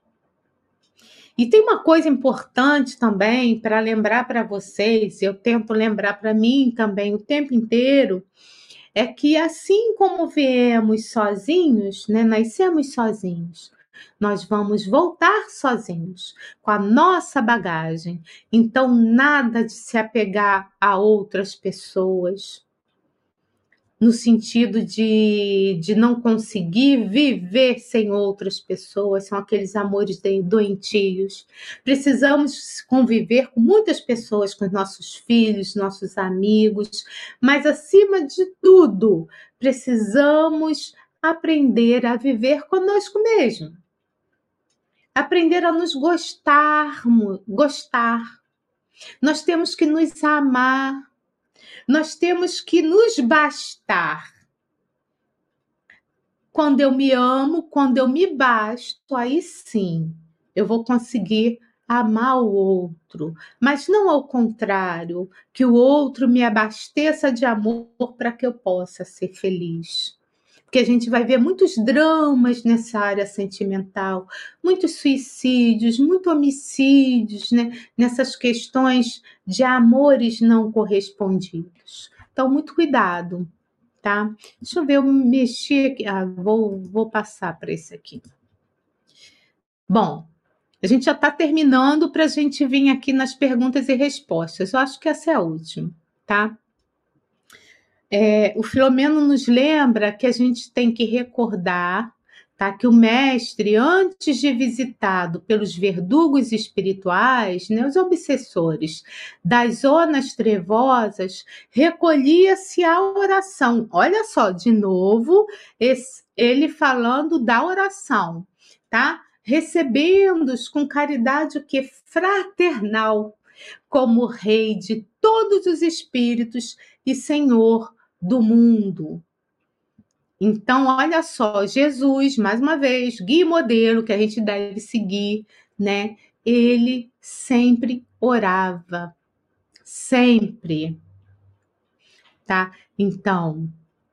E tem uma coisa importante também para lembrar para vocês, eu tento lembrar para mim também o tempo inteiro, é que assim como viemos sozinhos, né, nascemos sozinhos, nós vamos voltar sozinhos, com a nossa bagagem. Então, nada de se apegar a outras pessoas, no sentido de não conseguir viver sem outras pessoas, são aqueles amores doentios. Precisamos conviver com muitas pessoas, com nossos filhos, nossos amigos, mas, acima de tudo, precisamos aprender a viver conosco mesmo. Aprender a nos gostar. Nós temos que nos amar. Nós temos que nos bastar. Quando eu me amo, quando eu me basto, aí sim, eu vou conseguir amar o outro. Mas não ao contrário, que o outro me abasteça de amor para que eu possa ser feliz. Porque a gente vai ver muitos dramas nessa área sentimental, muitos suicídios, muitos homicídios, né? Nessas questões de amores não correspondidos. Então, muito cuidado, tá? Deixa eu ver, eu mexi aqui. Vou passar para esse aqui. Bom, a gente já está terminando para a gente vir aqui nas perguntas e respostas. Eu acho que essa é a última, tá? O Filomeno nos lembra que a gente tem que recordar, tá, que o mestre, antes de visitado pelos verdugos espirituais, né, os obsessores das zonas trevosas, recolhia-se à oração. Olha só, de novo, ele falando da oração, tá? Recebendo-os com caridade o que fraternal, como rei de todos os espíritos e senhor do mundo. Então, olha só, Jesus, mais uma vez, guia e modelo que a gente deve seguir, né? Ele sempre orava, sempre, tá? Então,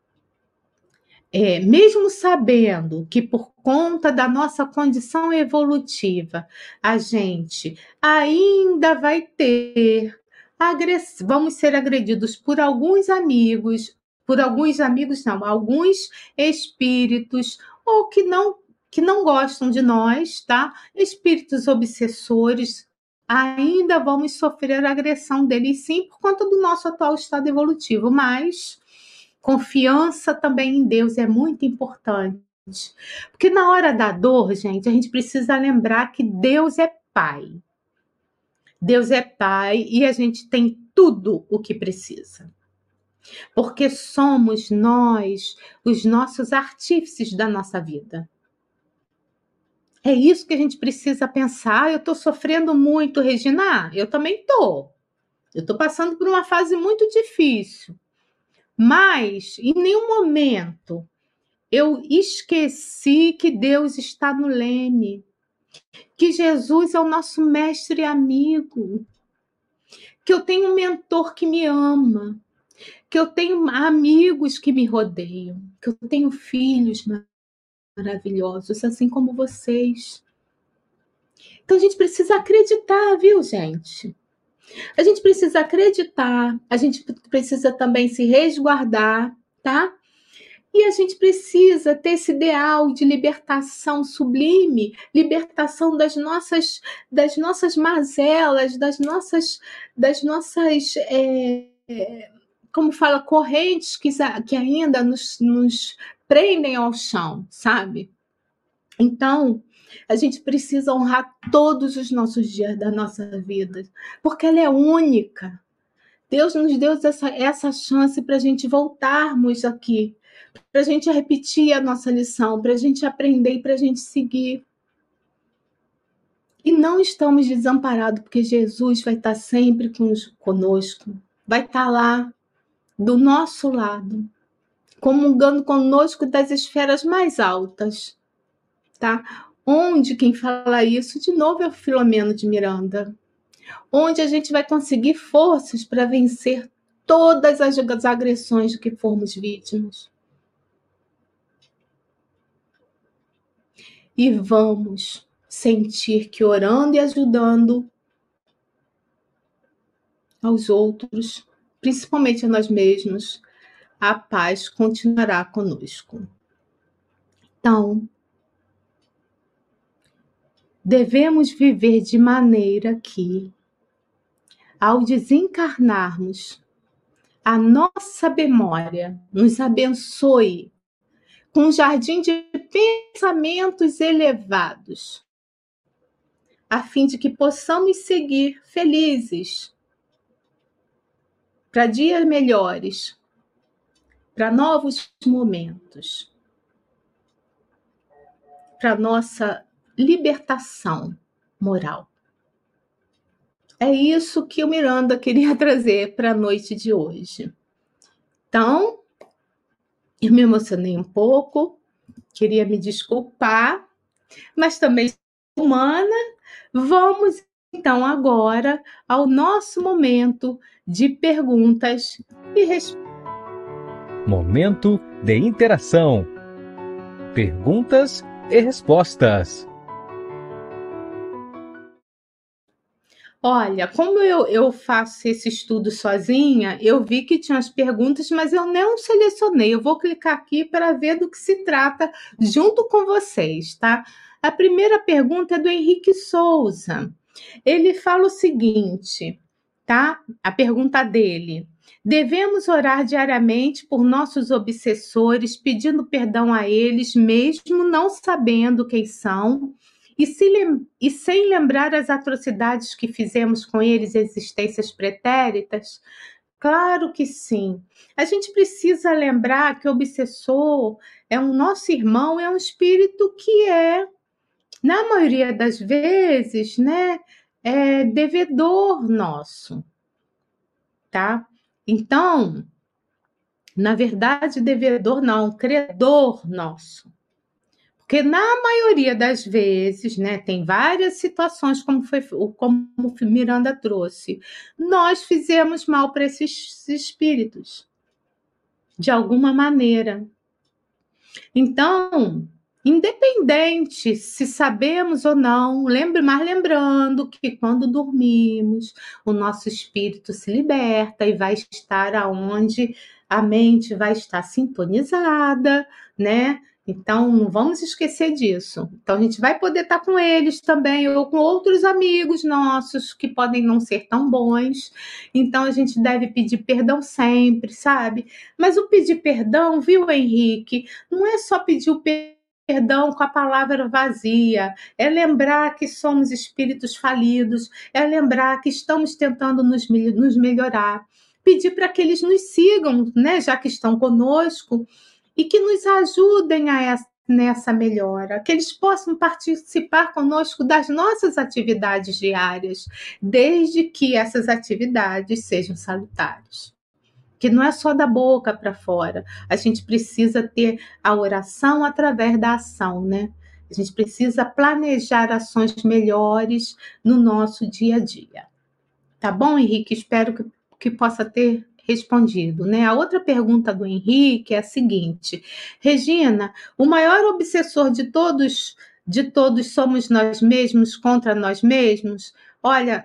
mesmo sabendo que por conta da nossa condição evolutiva, a gente ainda vai ter vamos ser agredidos por alguns amigos não, alguns espíritos ou que não gostam de nós, tá? Espíritos obsessores, ainda vamos sofrer a agressão deles sim por conta do nosso atual estado evolutivo, mas confiança também em Deus é muito importante. Porque na hora da dor, gente, a gente precisa lembrar que Deus é Pai. Deus é Pai e a gente tem tudo o que precisa. Porque somos nós os nossos artífices da nossa vida. É isso que a gente precisa pensar. Eu estou sofrendo muito, Regina? Eu também estou. Eu estou passando por uma fase muito difícil. Mas, em nenhum momento, eu esqueci que Deus está no leme, que Jesus é o nosso mestre e amigo, que eu tenho um mentor que me ama, que eu tenho amigos que me rodeiam, que eu tenho filhos maravilhosos, assim como vocês. Então a gente precisa acreditar, viu, gente? A gente precisa acreditar, a gente precisa também se resguardar, tá? E a gente precisa ter esse ideal de libertação sublime, libertação das nossas mazelas, das nossas como fala, correntes que ainda nos prendem ao chão, sabe? Então, a gente precisa honrar todos os nossos dias da nossa vida, porque ela é única. Deus nos deu essa chance para a gente voltarmos aqui, para a gente repetir a nossa lição, para a gente aprender e para a gente seguir. E não estamos desamparados, porque Jesus vai estar sempre conosco, vai estar lá, do nosso lado, comungando conosco das esferas mais altas, tá? Onde quem fala isso, de novo, é o Filomeno de Miranda. Onde a gente vai conseguir forças para vencer todas as agressões de que formos vítimas. E vamos sentir que orando e ajudando aos outros, principalmente a nós mesmos, a paz continuará conosco. Então, devemos viver de maneira que, ao desencarnarmos, a nossa memória nos abençoe com um jardim de pensamentos elevados, a fim de que possamos seguir felizes para dias melhores, para novos momentos, para nossa libertação moral. É isso que o Miranda queria trazer para a noite de hoje. Então, eu me emocionei um pouco, queria me desculpar, mas também sou humana. Vamos, então, agora ao nosso momento de perguntas e respostas. Momento de interação. Perguntas e respostas. Olha, como eu faço esse estudo sozinha, eu vi que tinha as perguntas, mas eu não selecionei. Eu vou clicar aqui para ver do que se trata junto com vocês, tá? A primeira pergunta é do Henrique Souza. Ele fala o seguinte, tá? A pergunta dele: devemos orar diariamente por nossos obsessores, pedindo perdão a eles, mesmo não sabendo quem são? E sem lembrar as atrocidades que fizemos com eles, existências pretéritas? Claro que sim. A gente precisa lembrar que o obsessor é um nosso irmão, é um espírito que na maioria das vezes, né, é devedor nosso, tá? Então, na verdade, devedor não, credor nosso. Porque na maioria das vezes, né, tem várias situações, como Miranda trouxe, nós fizemos mal para esses espíritos, de alguma maneira. Então, independente se sabemos ou não, lembrando que quando dormimos, o nosso espírito se liberta e vai estar aonde a mente vai estar sintonizada, né? Então, não vamos esquecer disso. Então, a gente vai poder estar com eles também, ou com outros amigos nossos que podem não ser tão bons. Então, a gente deve pedir perdão sempre, sabe? Mas o pedir perdão, viu, Henrique? Não é só pedir o perdão com a palavra vazia, é lembrar que somos espíritos falidos, é lembrar que estamos tentando nos melhorar, pedir para que eles nos sigam, né, já que estão conosco, e que nos ajudem nessa melhora, que eles possam participar conosco das nossas atividades diárias, desde que essas atividades sejam salutares. Que não é só da boca para fora. A gente precisa ter a oração através da ação, né? A gente precisa planejar ações melhores no nosso dia a dia. Tá bom, Henrique? Espero que possa ter respondido, né? A outra pergunta do Henrique é a seguinte: Regina, o maior obsessor de todos somos nós mesmos contra nós mesmos? Olha,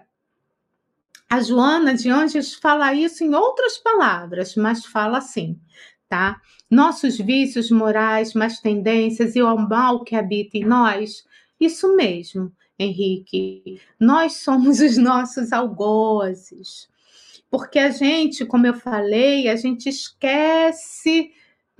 a Joana de Anjos fala isso em outras palavras, mas fala assim, tá? Nossos vícios morais, más tendências e o mal que habita em nós, isso mesmo, Henrique. Nós somos os nossos algozes. Porque a gente, como eu falei, a gente esquece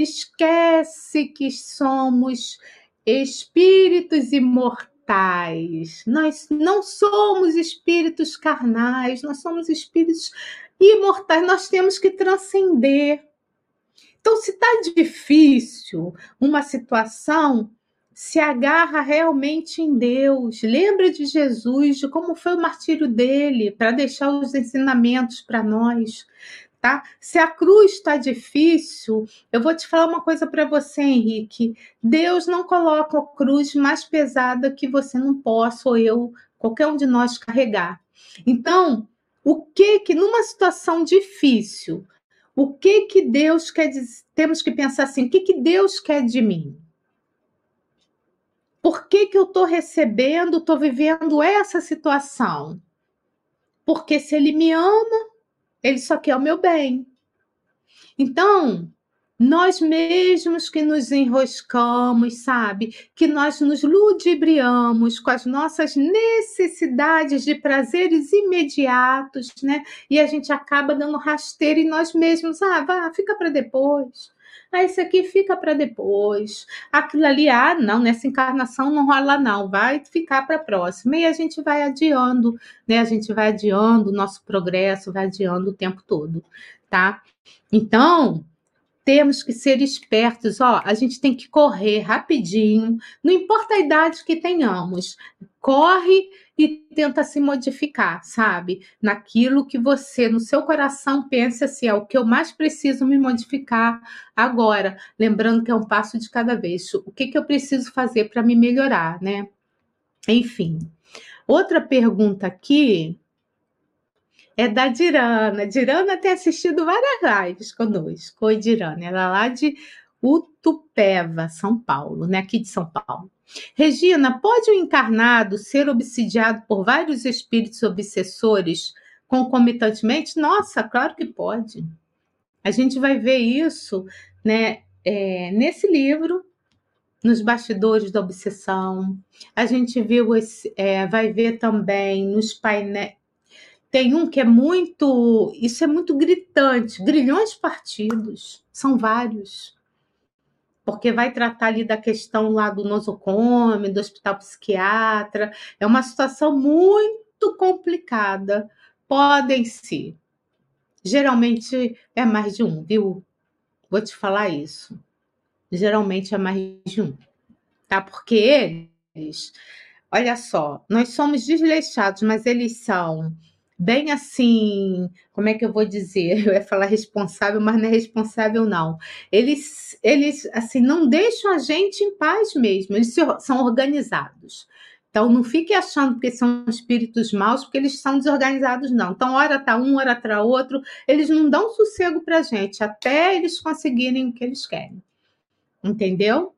que somos espíritos imortais. Nós não somos espíritos carnais, nós somos espíritos imortais, nós temos que transcender. Então, se está difícil uma situação, se agarra realmente em Deus. Lembra de Jesus, de como foi o martírio dele, para deixar os ensinamentos para nós. Tá? Se a cruz está difícil, eu vou te falar uma coisa para você, Henrique. Deus não coloca a cruz mais pesada que você não possa, ou eu, qualquer um de nós, carregar. Então, o que numa situação difícil, o que Deus quer dizer? Temos que pensar assim, o que Deus quer de mim? Por que eu estou recebendo, estou vivendo essa situação? Porque se Ele me ama, Ele só quer o meu bem. Então, nós mesmos que nos enroscamos, sabe? Que nós nos ludibriamos com as nossas necessidades de prazeres imediatos, né? E a gente acaba dando rasteira em nós mesmos. Fica para depois. Isso aqui fica para depois. Aquilo ali, não, nessa encarnação não rola não, vai ficar para a próxima. E a gente vai adiando, né? A gente vai adiando o nosso progresso, vai adiando o tempo todo, tá? Então, temos que ser espertos, a gente tem que correr rapidinho, não importa a idade que tenhamos, corre e tenta se modificar, sabe? Naquilo que você, no seu coração, pensa assim, é o que eu mais preciso me modificar agora, lembrando que é um passo de cada vez. O que eu preciso fazer para me melhorar, né? Enfim. Outra pergunta aqui é da Dirana. Dirana tem assistido várias lives conosco. Oi, Dirana. Ela é lá de Utupeva, São Paulo, né? Aqui de São Paulo. Regina, pode o encarnado ser obsidiado por vários espíritos obsessores concomitantemente? Nossa, claro que pode. A gente vai ver isso, né, nesse livro, nos bastidores da obsessão. A gente vai ver também nos painéis. Tem um que é muito. Isso é muito gritante. Grilhões partidos. São vários. Porque vai tratar ali da questão lá do nosocômio, do hospital psiquiatra. É uma situação muito complicada. Podem ser. Geralmente é mais de um, viu? Vou te falar isso. Geralmente é mais de um, tá? Porque eles, olha só, nós somos desleixados, mas eles são bem assim, como é que eu vou dizer? Eu ia falar responsável, mas não é responsável, não. Eles assim, não deixam a gente em paz mesmo, eles são organizados. Então, não fique achando que são espíritos maus, porque eles são desorganizados, não. Então, hora tá um, hora tá outro, eles não dão sossego pra gente, até eles conseguirem o que eles querem. Entendeu?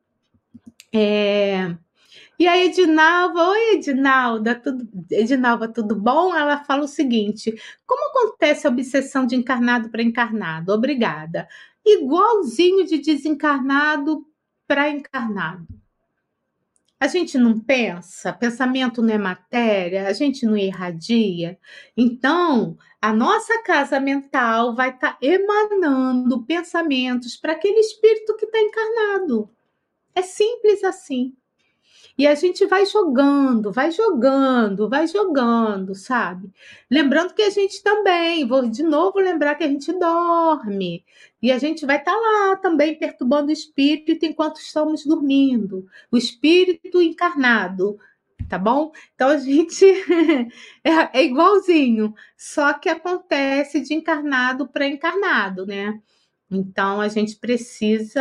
E a Edinalva, oi Edinalva, tudo bom? Ela fala o seguinte: como acontece a obsessão de encarnado para encarnado? Obrigada. Igualzinho de desencarnado para encarnado. A gente não pensa, pensamento não é matéria, a gente não irradia. Então, a nossa casa mental vai estar emanando pensamentos para aquele espírito que está encarnado. É simples assim. E a gente vai jogando, sabe? Lembrando que a gente também, vou de novo lembrar que a gente dorme. E a gente vai estar lá também perturbando o espírito enquanto estamos dormindo. O espírito encarnado, tá bom? Então a gente é igualzinho, só que acontece de encarnado para encarnado, né? Então a gente precisa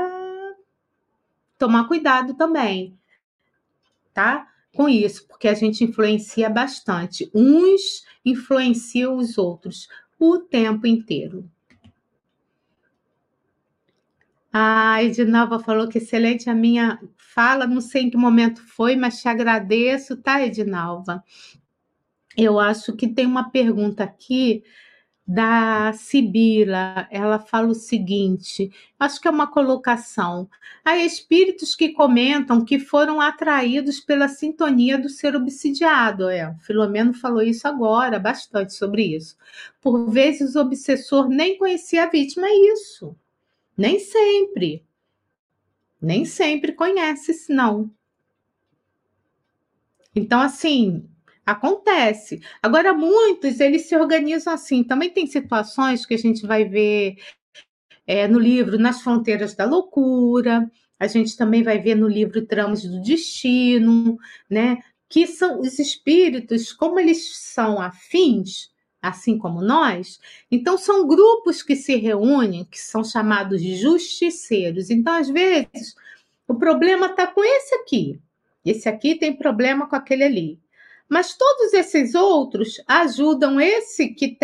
tomar cuidado também, tá? Com isso, porque a gente influencia bastante. Uns influenciam os outros o tempo inteiro. A Edinalva falou que excelente a minha fala, não sei em que momento foi, mas te agradeço, tá, Edinalva? Eu acho que tem uma pergunta aqui da Sibila, ela fala o seguinte, acho que é uma colocação. Há espíritos que comentam que foram atraídos pela sintonia do ser obsidiado. O Filomeno falou isso agora, bastante sobre isso. Por vezes o obsessor nem conhecia a vítima, é isso. Nem sempre conhece, não. Então, assim, acontece. Agora, muitos, eles se organizam assim. Também tem situações que a gente vai ver no livro Nas Fronteiras da Loucura, a gente também vai ver no livro Tramos do Destino, né? Que são os espíritos, como eles são afins, assim como nós, então são grupos que se reúnem, que são chamados justiceiros. Então, às vezes, o problema está com esse aqui tem problema com aquele ali. Mas todos esses outros ajudam esse que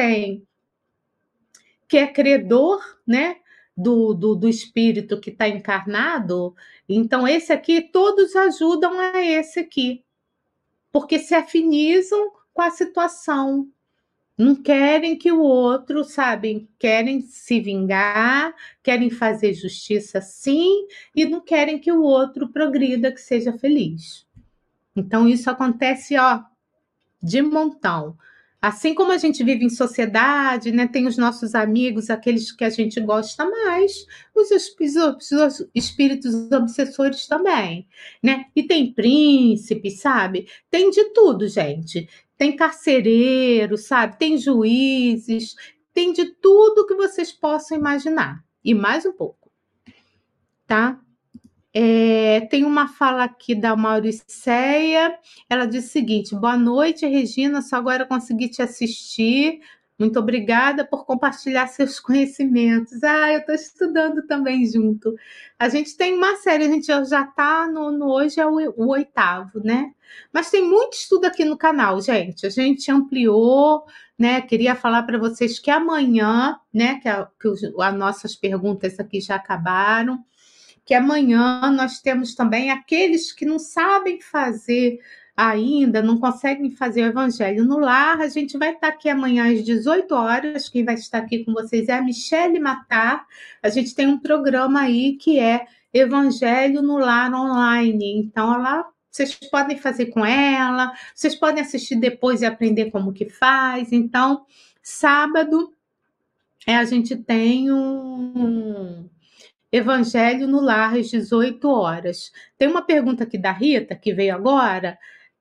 é credor, né? Do espírito que está encarnado, então esse aqui, todos ajudam a esse aqui, porque se afinizam com a situação, não querem que o outro, sabe, querem se vingar, querem fazer justiça sim, e não querem que o outro progrida, que seja feliz. Então isso acontece, de montão. Assim como a gente vive em sociedade, né, tem os nossos amigos, aqueles que a gente gosta mais, os espíritos obsessores também, né? E tem príncipe, sabe? Tem de tudo, gente. Tem carcereiro, sabe? Tem juízes, tem de tudo que vocês possam imaginar. E mais um pouco, tá? Tem uma fala aqui da Mauriceia, ela diz o seguinte: boa noite, Regina, só agora consegui te assistir, muito obrigada por compartilhar seus conhecimentos. Eu estou estudando também junto. A gente tem uma série, a gente já está hoje é o 8º, né? Mas tem muito estudo aqui no canal, gente, a gente ampliou, né? Queria falar para vocês que amanhã, né, que as nossas perguntas aqui já acabaram, que amanhã nós temos também aqueles que não sabem fazer ainda, não conseguem fazer o Evangelho no Lar. A gente vai estar aqui amanhã às 18 horas. Quem vai estar aqui com vocês é a Michele Matar. A gente tem um programa aí que é Evangelho no Lar online. Então, vocês podem fazer com ela, vocês podem assistir depois e aprender como que faz. Então, sábado, a gente tem um Evangelho no Lar às 18 horas. Tem uma pergunta aqui da Rita, que veio agora.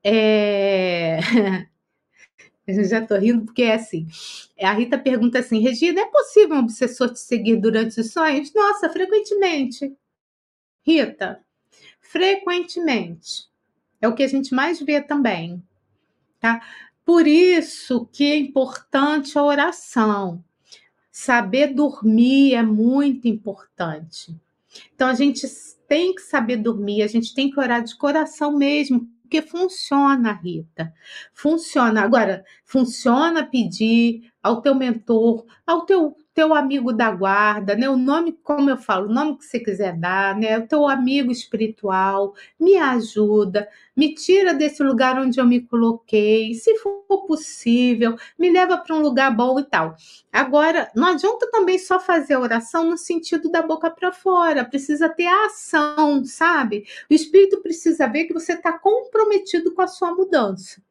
Eu já estou rindo porque é assim. A Rita pergunta assim: Regina, é possível um obsessor te seguir durante os sonhos? Nossa, frequentemente. Rita, frequentemente. É o que a gente mais vê também, tá? Por isso que é importante a oração. Saber dormir é muito importante. Então, a gente tem que saber dormir, a gente tem que orar de coração mesmo, porque funciona, Rita. Funciona. Agora, funciona pedir ao teu mentor, ao teu amigo da guarda, né? O nome, como eu falo, o nome que você quiser dar, né? O teu amigo espiritual, me ajuda, me tira desse lugar onde eu me coloquei, se for possível, me leva para um lugar bom e tal. Agora, não adianta também só fazer a oração no sentido da boca para fora, precisa ter a ação, sabe? O Espírito precisa ver que você está comprometido com a sua mudança.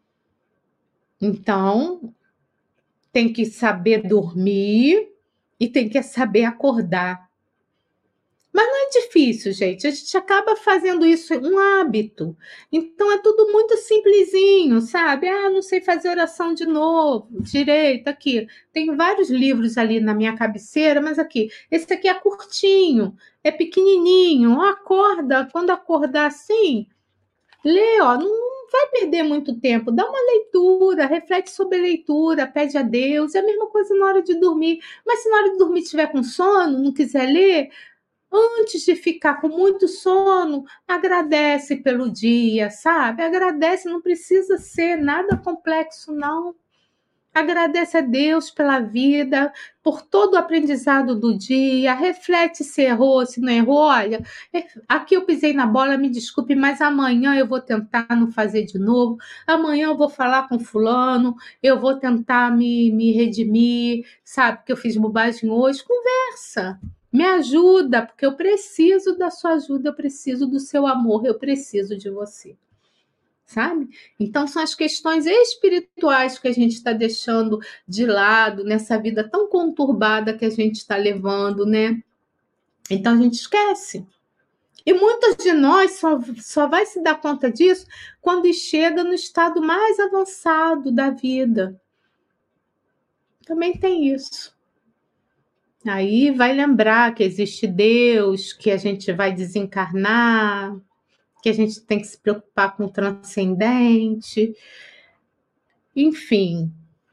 Então, tem que saber dormir e tem que saber acordar. Mas não é difícil, gente. A gente acaba fazendo isso um hábito. Então, é tudo muito simplesinho, sabe? Não sei fazer oração de novo, direito, aqui. Tem vários livros ali na minha cabeceira, mas aqui, esse aqui é curtinho, é pequenininho. Acorda, quando acordar assim, lê, não vai perder muito tempo. Dá uma leitura, reflete sobre a leitura, pede a Deus. É a mesma coisa na hora de dormir. Mas se na hora de dormir estiver com sono, não quiser ler, antes de ficar com muito sono, agradece pelo dia, sabe? Agradece, não precisa ser nada complexo, não. Agradece a Deus pela vida, por todo o aprendizado do dia, reflete se errou, se não errou. Olha, aqui eu pisei na bola, me desculpe, mas amanhã eu vou tentar não fazer de novo, amanhã eu vou falar com fulano, eu vou tentar me redimir, sabe, que eu fiz bobagem hoje. Conversa, me ajuda, porque eu preciso da sua ajuda, eu preciso do seu amor, eu preciso de você. Sabe? Então, são as questões espirituais que a gente está deixando de lado nessa vida tão conturbada que a gente está levando, né? Então, a gente esquece. E muitos de nós só vai se dar conta disso quando chega no estado mais avançado da vida. Também tem isso. Aí vai lembrar que existe Deus, que a gente vai desencarnar, que a gente tem que se preocupar com o transcendente. Enfim,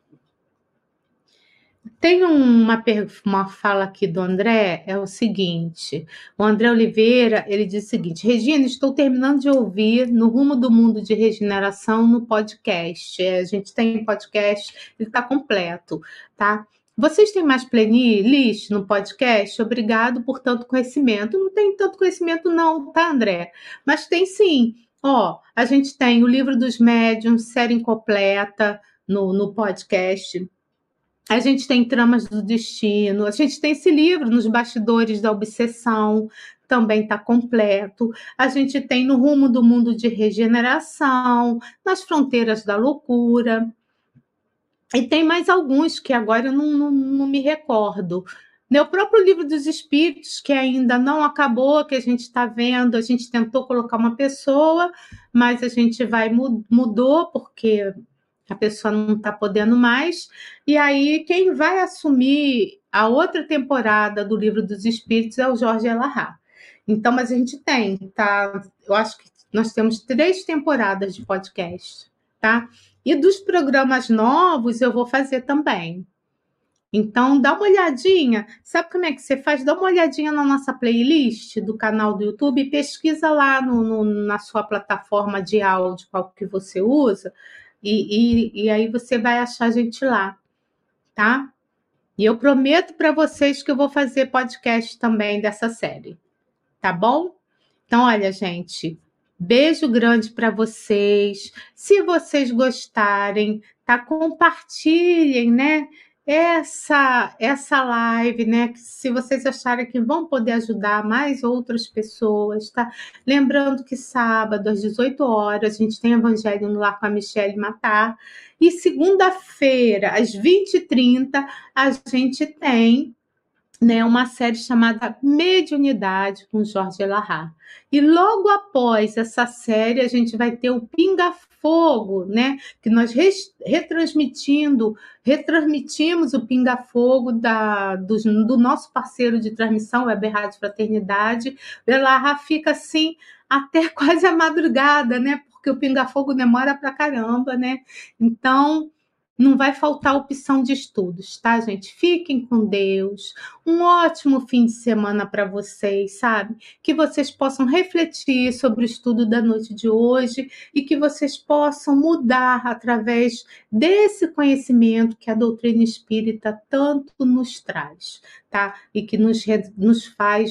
tem uma fala aqui do André, é o seguinte, o André Oliveira, ele diz o seguinte: Regina, estou terminando de ouvir No Rumo do Mundo de Regeneração no podcast. A gente tem podcast, ele está completo, tá? Vocês têm mais playlist no podcast? Obrigado por tanto conhecimento. Não tem tanto conhecimento não, tá, André? Mas tem sim. A gente tem o Livro dos Médiuns, série incompleta no podcast. A gente tem Tramas do Destino, a gente tem esse livro Nos Bastidores da Obsessão, também está completo. A gente tem No Rumo do Mundo de Regeneração, Nas Fronteiras da Loucura. E tem mais alguns que agora eu não me recordo. O próprio Livro dos Espíritos, que ainda não acabou, que a gente está vendo, a gente tentou colocar uma pessoa, mas a gente mudou, porque a pessoa não está podendo mais, e aí quem vai assumir a outra temporada do Livro dos Espíritos é o Jorge Elahá. Então, mas a gente tem, tá? Eu acho que nós temos 3 temporadas de podcast, tá? E dos programas novos eu vou fazer também. Então, dá uma olhadinha. Sabe como é que você faz? Dá uma olhadinha na nossa playlist do canal do YouTube e pesquisa lá na sua plataforma de áudio, qual que você usa, e aí você vai achar a gente lá, tá? E eu prometo para vocês que eu vou fazer podcast também dessa série, tá bom? Então, olha, gente, beijo grande para vocês. Se vocês gostarem, tá? Compartilhem, né? Essa live, né? Se vocês acharem que vão poder ajudar mais outras pessoas, tá? Lembrando que sábado, às 18 horas, a gente tem Evangelho no Lar com a Michelle Matar. E segunda-feira, às 20h30, a gente tem, né, uma série chamada Mediunidade com Jorge Elahá. E logo após essa série, a gente vai ter o Pinga Fogo, né, que nós retransmitimos o Pinga Fogo do nosso parceiro de transmissão, Web Rádio Fraternidade. O Elahá fica assim até quase a madrugada, né, porque o Pinga Fogo demora pra caramba, né, então não vai faltar opção de estudos, tá, gente? Fiquem com Deus. Um ótimo fim de semana para vocês, sabe? Que vocês possam refletir sobre o estudo da noite de hoje e que vocês possam mudar através desse conhecimento que a doutrina espírita tanto nos traz, tá? E que nos faz,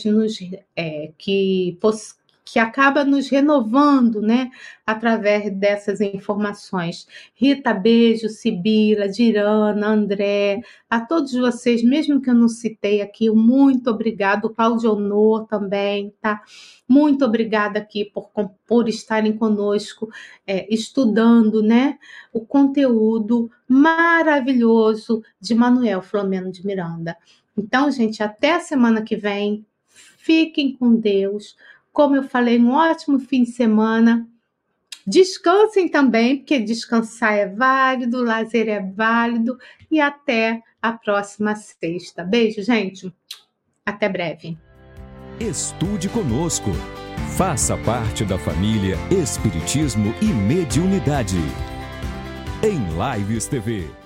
que acaba nos renovando, né, através dessas informações. Rita, beijo, Sibila, Dirana, André, a todos vocês, mesmo que eu não citei aqui, muito obrigado, Cláudio Honor também, tá? Muito obrigada aqui por estarem conosco, estudando, né, o conteúdo maravilhoso de Manuel Filomeno de Miranda. Então, gente, até a semana que vem. Fiquem com Deus. Como eu falei, um ótimo fim de semana. Descansem também, porque descansar é válido, lazer é válido. E até a próxima sexta. Beijo, gente. Até breve. Estude conosco. Faça parte da família Espiritismo e Mediunidade. Em Lives TV.